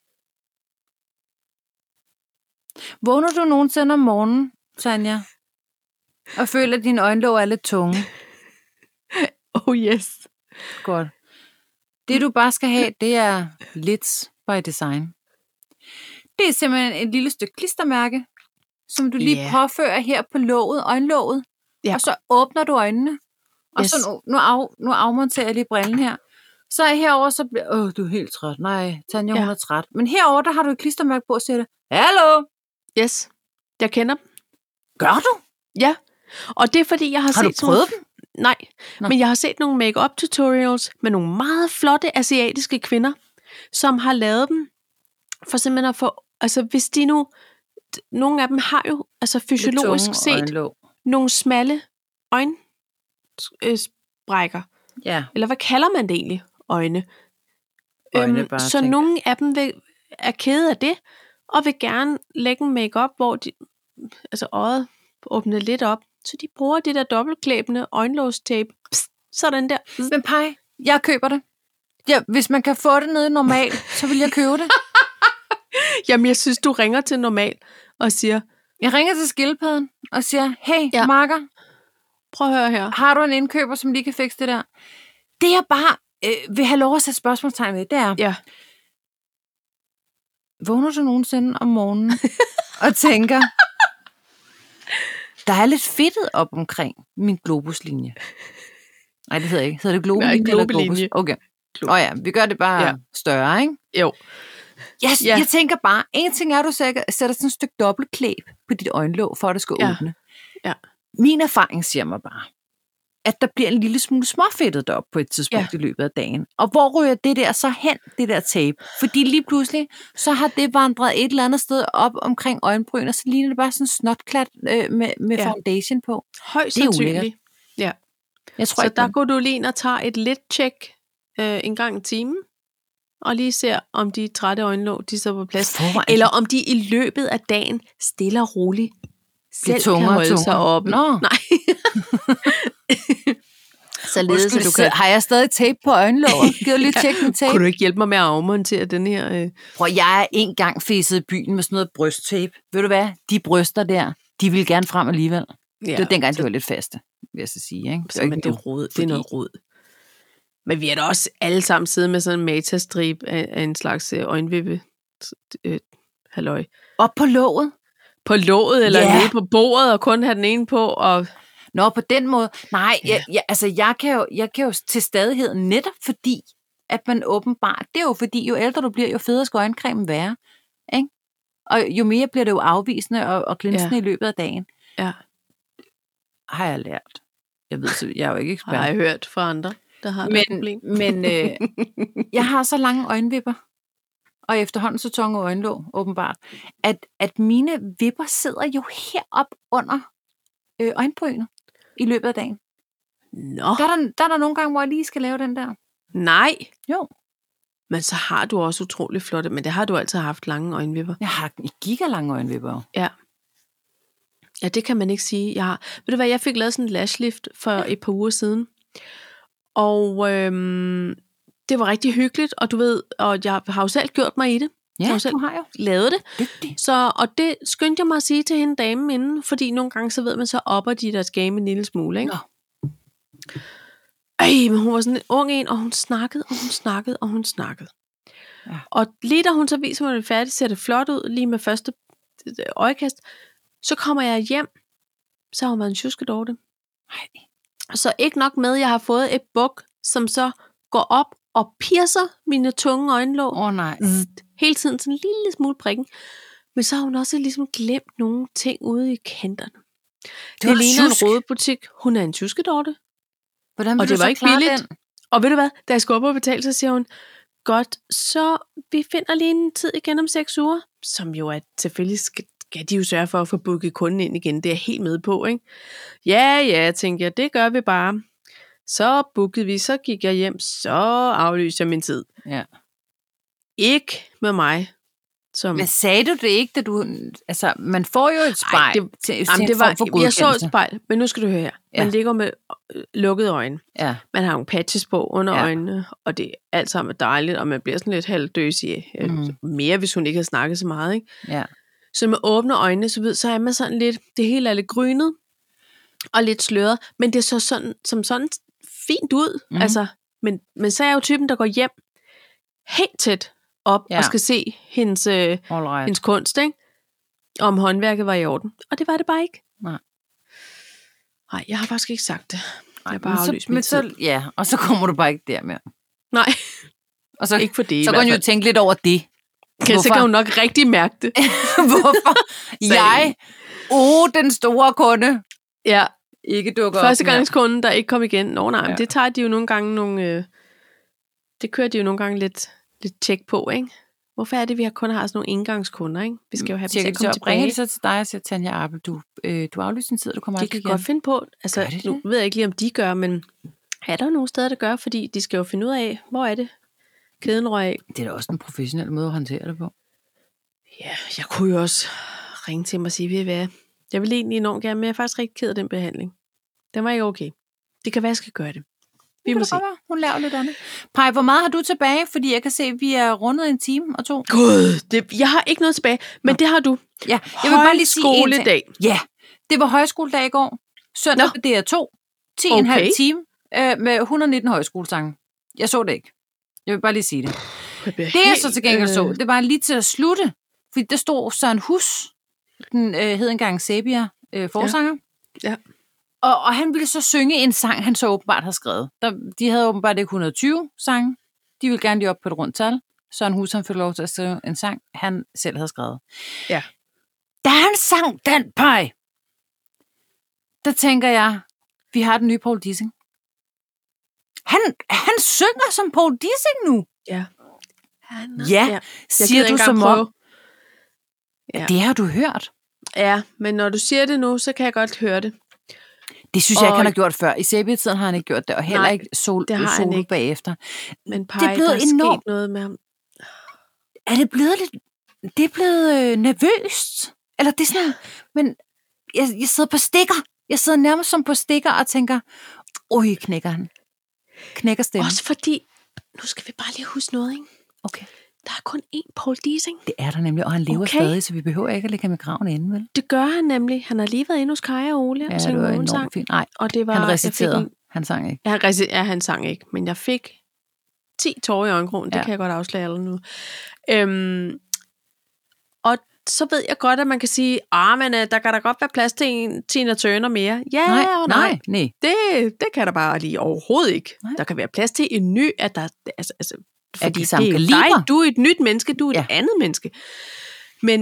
B: Vågner du nogensinde om morgenen, Tanja, og føler, at dine øjenlåg er lidt tunge?
A: Oh yes.
B: Godt. Det du bare skal have, det er Lids by Design. Det er simpelthen et lille stykke klistermærke, som du lige påfører her på øjenlåget, og så åbner du øjnene, og så nu afmonterer jeg lige brillen her. Så herover så bliver du er helt træt. Nej, Tanja, hun er træt. Men herover der har du et klistermærke på og siger det. Hallo?
A: Yes. Jeg kender dem.
B: Gør du?
A: Ja. Og det er fordi jeg har set...
B: Har du prøvet dem?
A: Nej, men jeg har set nogle make-up tutorials med nogle meget flotte asiatiske kvinder, som har lavet dem for simpelthen at få, altså hvis de nu, nogle af dem har jo altså fysiologisk set nogle smalle øjensprækker.
B: Ja.
A: Eller hvad kalder man det egentlig? Øjne. Så nogle af dem er kede af det, og vil gerne lægge en make-up, hvor de, altså øjet åbner lidt op. Så de bruger det der dobbeltklæbende øjenlågstape. Sådan der.
B: Men Paj, jeg køber det. Ja, hvis man kan få det nede normal, så vil jeg købe det.
A: Jamen, jeg synes, du ringer til normal og siger...
B: Jeg ringer til skildpadden og siger, hey, Marker.
A: Prøv at høre her.
B: Har du en indkøber, som lige kan fikse det der? Det jeg bare vil have lov at sætte spørgsmålstegn ved, det er...
A: Ja.
B: Vågner du nogensinde om morgenen og tænker... Der er lidt fedtet op omkring min globuslinje. Nej, det hedder ikke. Hedder det globelinje eller globus? Okay. Ja, vi gør det bare større, ikke?
A: Jo.
B: Jeg tænker bare, en ting er, at du sætter sådan et stykke dobbeltklæb på dit øjenlåg, for at det skal åbne.
A: Ja.
B: Min erfaring siger mig bare, at der bliver en lille smule småfedtet op på et tidspunkt i løbet af dagen. Og hvor ryger det der så hen, det der tape? Fordi lige pludselig, så har det vandret et eller andet sted op omkring øjenbryn, og så ligner det bare sådan en snotklat med foundation på.
A: Højst sandsynligt. Ja.
B: Jeg tror,
A: så der går du lige ind og tager et lidt tjek en gang i timen, og lige ser, om de trætte øjenlåg, de så på plads. Eller om de i løbet af dagen stille og roligt selv kan holde sig oppe.
B: Nå.
A: Nej.
B: Således, at du kan... Har jeg stadig tape på øjenlåget? Giv lige tjekke min tape.
A: Kunne du ikke hjælpe mig med at afmontere den her?
B: Prøv, jeg er engang fæset i byen med sådan noget brysttape. Ved du hvad? De bryster der, de vil gerne frem alligevel. Ja, det var dengang, de var lidt faste, vil jeg så sige. Ikke?
A: Så men det er noget rod. Men vi har da også alle sammen siddet med sådan en metastrip af en slags øjenvippe. Halløj.
B: Op på låget?
A: På låget, eller nede på bordet, og kun have den ene på, og...
B: Nå, på den måde. Nej, jeg kan jo til stadighed netop fordi, at man åbenbart, det er jo fordi, jo ældre du bliver, jo federe skal øjencremen være. Ikke? Og jo mere bliver det jo afvisende og glinsende i løbet af dagen.
A: Ja.
B: Har jeg lært. Jeg er jo ikke ekspert.
A: Har jeg hørt fra andre, der har det problem.
B: Men jeg har så lange øjenvipper, og efterhånden så tunge øjenlåg, åbenbart, at mine vipper sidder jo herop under øjenbrynet i løbet af dagen.
A: Nå.
B: Der er der nogle gange, hvor jeg lige skal lave den der.
A: Nej.
B: Jo.
A: Men så har du også utrolig flotte, men det har du altid haft lange øjenvipper.
B: Jeg har gigalange øjenvipper.
A: Ja. Ja, det kan man ikke sige. Ved du hvad, jeg fik lavet sådan en lashlift for et par uger siden. Og det var rigtig hyggeligt, og du ved, og jeg har jo selv gjort mig i det.
B: Ja,
A: jeg har jo selv
B: du har jo.
A: lavet det.
B: Dygtig.
A: Så, og det skyndte jeg mig at sige til hende damen inden, fordi nogle gange, så ved man, så opper de deres game en lille smule, ikke? Men hun var sådan en ung en, og hun snakkede, og hun snakkede, og hun snakkede. Ja. Og lige da hun så viser mig, at det er færdigt, ser det flot ud, lige med første øjekast, så kommer jeg hjem, så har hun været en tjuskedorte. Så ikke nok med, at jeg har fået et buk, som så går op og piercer mine tunge øjenlåg.
B: Nej.
A: Hele tiden sådan en lille smule prikken. Men så har hun også ligesom glemt nogle ting ude i kanterne. Det ligner en rodebutik. Hun er en tjuskedorte.
B: Hvordan
A: og det var ikke billigt. Den? Og ved du hvad, da jeg skulle op og betale, så siger hun, godt, så vi finder lige en tid igen om 6 uger. Som jo er, selvfølgelig skal de jo sørge for at få booket kunden ind igen. Det er jeg helt med på, ikke? Ja, tænkte jeg, det gør vi bare. Så bookede vi, så gik jeg hjem, så aflyste jeg min tid.
B: Ja.
A: Ikke med mig.
B: Men sagde du det ikke, da du... Altså, man får jo et spejl.
A: Jeg så et spejl, men nu skal du høre her. Man ligger med lukkede øjne.
B: Ja.
A: Man har nogle patches på under øjnene, og det er alt sammen dejligt, og man bliver sådan lidt halvdøsig. Mere, hvis hun ikke har snakket så meget, ikke?
B: Ja.
A: Så med åbne øjnene, så er man sådan lidt... Det hele er lidt grynet og lidt sløret, men det så sådan fint ud. Altså, men så er jeg jo typen, der går hjem helt tæt op og skal se hendes kunst, ikke? Om håndværket var i orden. Og det var det bare ikke. Nej, jeg har faktisk ikke sagt det. Jeg har bare aflyst min tid.
B: Ja, og så kommer du bare ikke der mere.
A: Nej,
B: og så,
A: ikke for det.
B: Så kan hun jo tænke lidt over det.
A: Så kan hun nok rigtig mærke det.
B: Hvorfor jeg, den store kunde, ikke dukker op.
A: Førstegangskunden, der ikke kom igen. Men det tager de jo nogle gange det kører de jo nogle gange lidt tjek på, ikke? Hvorfor er det, vi kun har sådan nogle engangskunder, ikke? Vi skal jo have dem til at komme tilbage.
B: Ringer så til dig og siger, Tanja Appel, du aflyser din tid, du kommer aldrig igen.
A: De kan godt finde på, altså nu ved jeg ikke lige, om de gør, men er der nogle steder, der gør, fordi de skal jo finde ud af, hvor er det, kæden røg af.
B: Det er da også en professionel måde at håndtere det på.
A: Ja, jeg kunne jo også ringe til mig og sige, ved I hvad, jeg vil egentlig enormt gerne, men jeg er faktisk rigtig ked af den behandling. Den var ikke okay. Det kan være, jeg skal gøre det. Vi må se.
B: Hun laver lidt andet. Paj, hvor meget har du tilbage? Fordi jeg kan se, at vi er rundet 1 time og 2.
A: Gud, jeg har ikke noget tilbage, men det har du.
B: Ja, jeg vil bare lige sige
A: højskoledag.
B: Ja, det var højskoledag i går. Søndag på DR2. 10,5 time med 119 højskolesange. Jeg så det ikke. Jeg vil bare lige sige det. Det jeg så til gengæld så, det var lige til at slutte. Fordi der stod Søren Hus. Den hed engang Sabia forsanger.
A: Ja.
B: Og han ville så synge en sang, han så åbenbart havde skrevet. De havde åbenbart ikke 120 sange. De ville gerne lige op på et rundt tal. Søren Hus, han fik lov til at skrive en sang, han selv havde skrevet.
A: Ja.
B: Da han sang den, Paj, der tænker jeg, vi har den nye Poul Dissing. Han synger som Poul Dissing nu.
A: Ja.
B: Ja, siger du som om. Ja. Det har du hørt.
A: Ja, men når du siger det nu, så kan jeg godt høre det.
B: Det synes jeg ikke, han har gjort før. I Sæbie-tiden har han ikke gjort det, og heller ikke solo bagefter.
A: Men Paj, det er blevet enormt. Sket noget med ham.
B: Er det blevet lidt... Det er blevet nervøst. Eller det er sådan... Men jeg sidder på stikker. Jeg sidder nærmest som på stikker og tænker, knækker han. Knækker stemmen.
A: Også fordi, nu skal vi bare lige huske noget, ikke?
B: Okay. Der
A: er kun én Poul Dissing.
B: Det er der nemlig, og han lever stadig, så vi behøver ikke at lægge ham i graven inden, vel?
A: Det gør han nemlig. Han har lige været inde hos Kaja og Ole.
B: Ja, det var enormt fint. Nej,
A: og det var,
B: han reciterede. Han sang ikke.
A: Ja, han sang ikke. Men jeg fik 10 tårer i øjenkrogen. Det kan jeg godt afsløre alle nu. Og så ved jeg godt, at man kan sige, men der kan da godt være plads til en Tina Turner mere. Ja, nej. Det kan der bare lige overhovedet ikke. Nej. Der kan være plads til en ny, at der... Altså, fordi det er dig, du er et nyt menneske, du er et andet menneske. Men,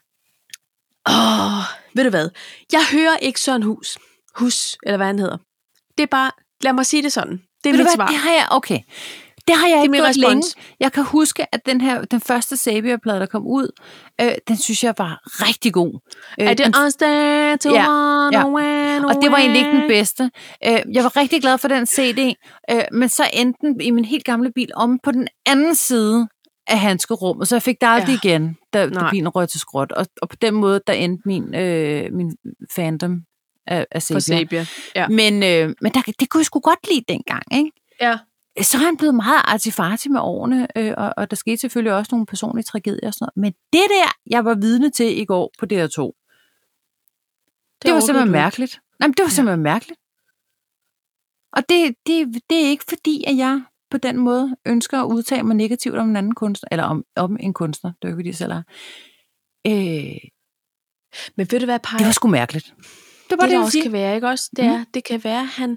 A: ved du hvad? Jeg hører ikke Søren Hus, eller hvad han hedder. Det er bare, lad mig sige det sådan. Det er mit svar.
B: Det har jeg, det har jeg ikke gjort længe. Jeg kan huske, at den første Sabia-plade, der kom ud, den synes jeg var rigtig god.
A: Er det Us There to Run Away?
B: Og det var egentlig ikke den bedste. Jeg var rigtig glad for den CD, men så endte den i min helt gamle bil om på den anden side af handskerummet, så jeg fik det aldrig igen, da bilen røg til skrot. Og på den måde, der endte min fandom af Sabia.
A: For Sabia. Ja.
B: Men det kunne jeg sgu godt lide dengang, ikke?
A: Ja.
B: så er han blevet meget artifarti med årene, og der skete selvfølgelig også nogle personlige tragedier og sådan noget. Men det der, jeg var vidne til i går på DR2, det var simpelthen mærkeligt. Nej, men det var simpelthen mærkeligt. Og det er ikke fordi, at jeg på den måde ønsker at udtale mig negativt om en anden kunstner, eller om en kunstner, det er ikke fordi, jeg selv er.
A: Men ved du hvad, Paj?
B: Det var sgu mærkeligt.
A: Det der også kan være, ikke også? Det kan være,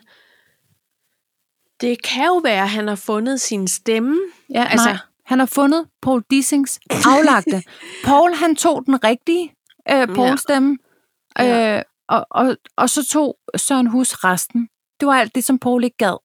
A: det kan jo være, at han har fundet sin stemme.
B: Ja, altså, nej. Han har fundet Paul Dissings aflagte. Paul, han tog den rigtige Paul-stemme, og så tog Søren Hus resten. Det var alt det, som Paul ikke gad.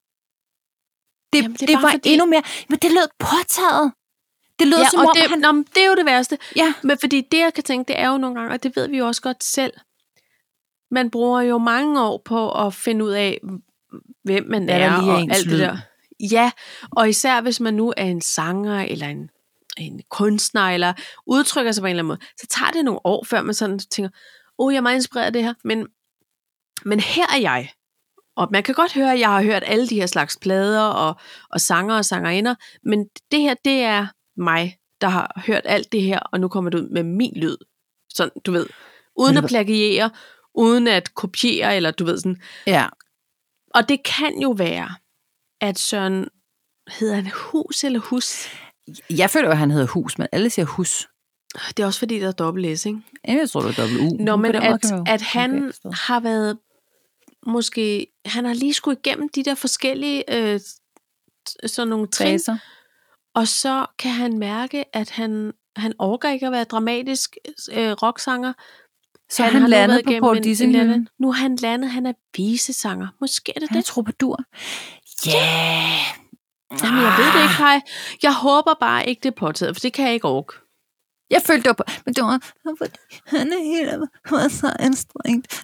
B: Det var endnu mere, men det lød påtaget. Det lød som om
A: det er jo det værste.
B: Ja.
A: Men fordi det, jeg kan tænke, det er jo nogle gange, og det ved vi jo også godt selv. Man bruger jo mange år på at finde ud af, hvem man er og alt det der. Ja, og især hvis man nu er en sanger, eller en kunstner, eller udtrykker sig på en eller anden måde, så tager det nogle år, før man sådan tænker, jeg er meget inspireret af det her, men her er jeg. Og man kan godt høre, at jeg har hørt alle de her slags plader, og sanger og sangerinder, men det her, det er mig, der har hørt alt det her, og nu kommer det ud med min lyd. Sådan, du ved, uden at plagiere, uden at kopiere, eller du ved sådan.
B: Ja. Og
A: det kan jo være, at Søren, hedder han Hus eller Hus?
B: Jeg føler at han hedder Hus, men alle siger Hus.
A: Det er også fordi, der er dobbelt S, ikke?
B: Jeg tror, det er dobbelt U.
A: Nå, men at han har været, måske, han har lige skulle igennem de der forskellige sådan nogle trin, og så kan han mærke, at han orker ikke at være dramatisk rocksanger.
B: Så han landet på Paul Dissing.
A: Nu er han landet, han er visesanger. Måske er det
B: han
A: det.
B: Er troubadour.
A: Yeah. Jamen, jeg ved det ikke, Kai. Jeg håber bare ikke, det er påtaget, for det kan jeg ikke orke.
B: Jeg følte det på, men det var, han er helt så anstrengt.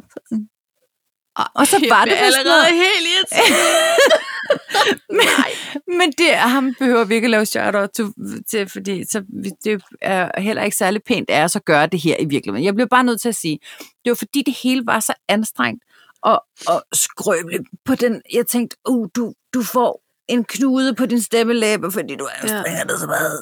B: Og så var det
A: allerede helt irriterende.
B: men det ham behøver vi ikke at lave shout-out til, fordi det er heller ikke særlig pænt af os at gøre det her i virkeligheden. Jeg bliver bare nødt til at sige, det var fordi det hele var så anstrengt og skrøbeligt på den. Jeg tænkte, du får en knude på din stemmelæbe, fordi du anstrenger det så meget.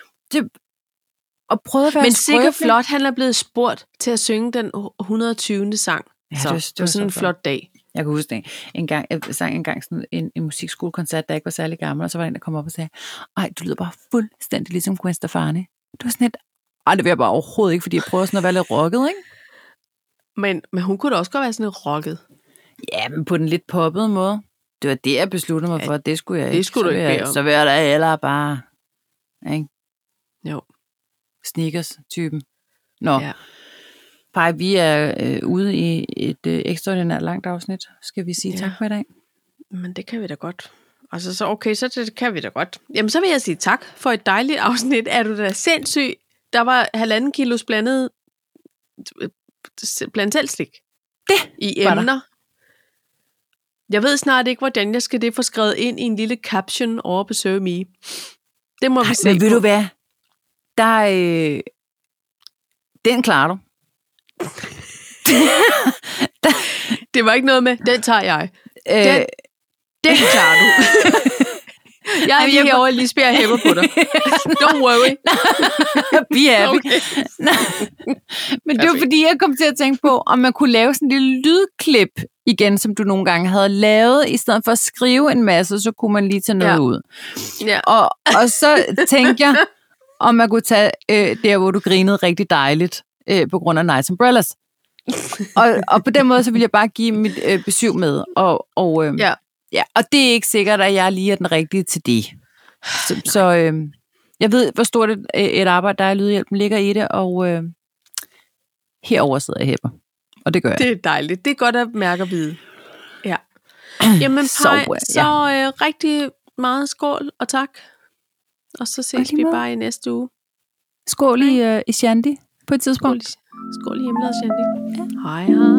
B: Og prøvede at være
A: men sikkert flot, han er blevet spurgt til at synge den 120. sang.
B: Ja,
A: det var sådan en flot dag.
B: Jeg kan huske det. Jeg sang engang sådan en musikskolekoncert, der ikke var særlig gammel, og så var der en, der kom op og sagde, ej, du lyder bare fuldstændig ligesom Gwen Stefani. Du var sådan et, det vil jeg bare overhovedet ikke, fordi jeg prøver sådan at være lidt rocket, ikke?
A: Men hun kunne da også godt være sådan lidt rocket.
B: Ja, men på den lidt poppede måde. Det var det, jeg besluttede mig for, at det skulle jeg ikke.
A: Det skulle du ikke
B: så vil jeg da heller bare, ikke?
A: Jo.
B: Sneakers-typen. Nå. Ja. Paj, vi er ude i et ekstraordinært langt afsnit. Skal vi sige tak for i dag?
A: Men det kan vi da godt. Altså, så okay, så det kan vi da godt. Jamen, så vil jeg sige tak for et dejligt afsnit. Er du da sindssyg? Der var 1,5 kilos blandet selvslik.
B: Det
A: i emner. Jeg ved snart ikke, hvordan jeg skal det få skrevet ind i en lille caption over på SoMe. Det må vi se
B: men
A: på.
B: Ved du hvad? Den klarer du.
A: Det var ikke noget med, den tager jeg. Den klarer du. Jeg er lige herovre, Lisbeth, og hæpper på dig. Don't worry.
B: Vi er okay. Men det var fordi, jeg kom til at tænke på, om man kunne lave sådan en lille lydklip igen, som du nogle gange havde lavet. I stedet for at skrive en masse, så kunne man lige tage noget ud.
A: Ja.
B: Og så tænkte jeg, om man kunne tage der, hvor du grinede rigtig dejligt på grund af Nice Umbrellas. og på den måde, så vil jeg bare give mit besøg med. Ja, og det er ikke sikkert, at jeg lige er den rigtige til det. Så jeg ved, hvor stort et arbejde der er i Lydhjælpen ligger i det, og herover sidder jeg hæpper. Og det gør jeg.
A: Det er dejligt. Det er godt at mærke og vide. Ja. Jamen, Paj, rigtig meget skål og tak. Og så ses vi bare i næste uge.
B: Skål i Shandy på et tidspunkt.
A: Skål i himlet og Shandy. Ja. Hej.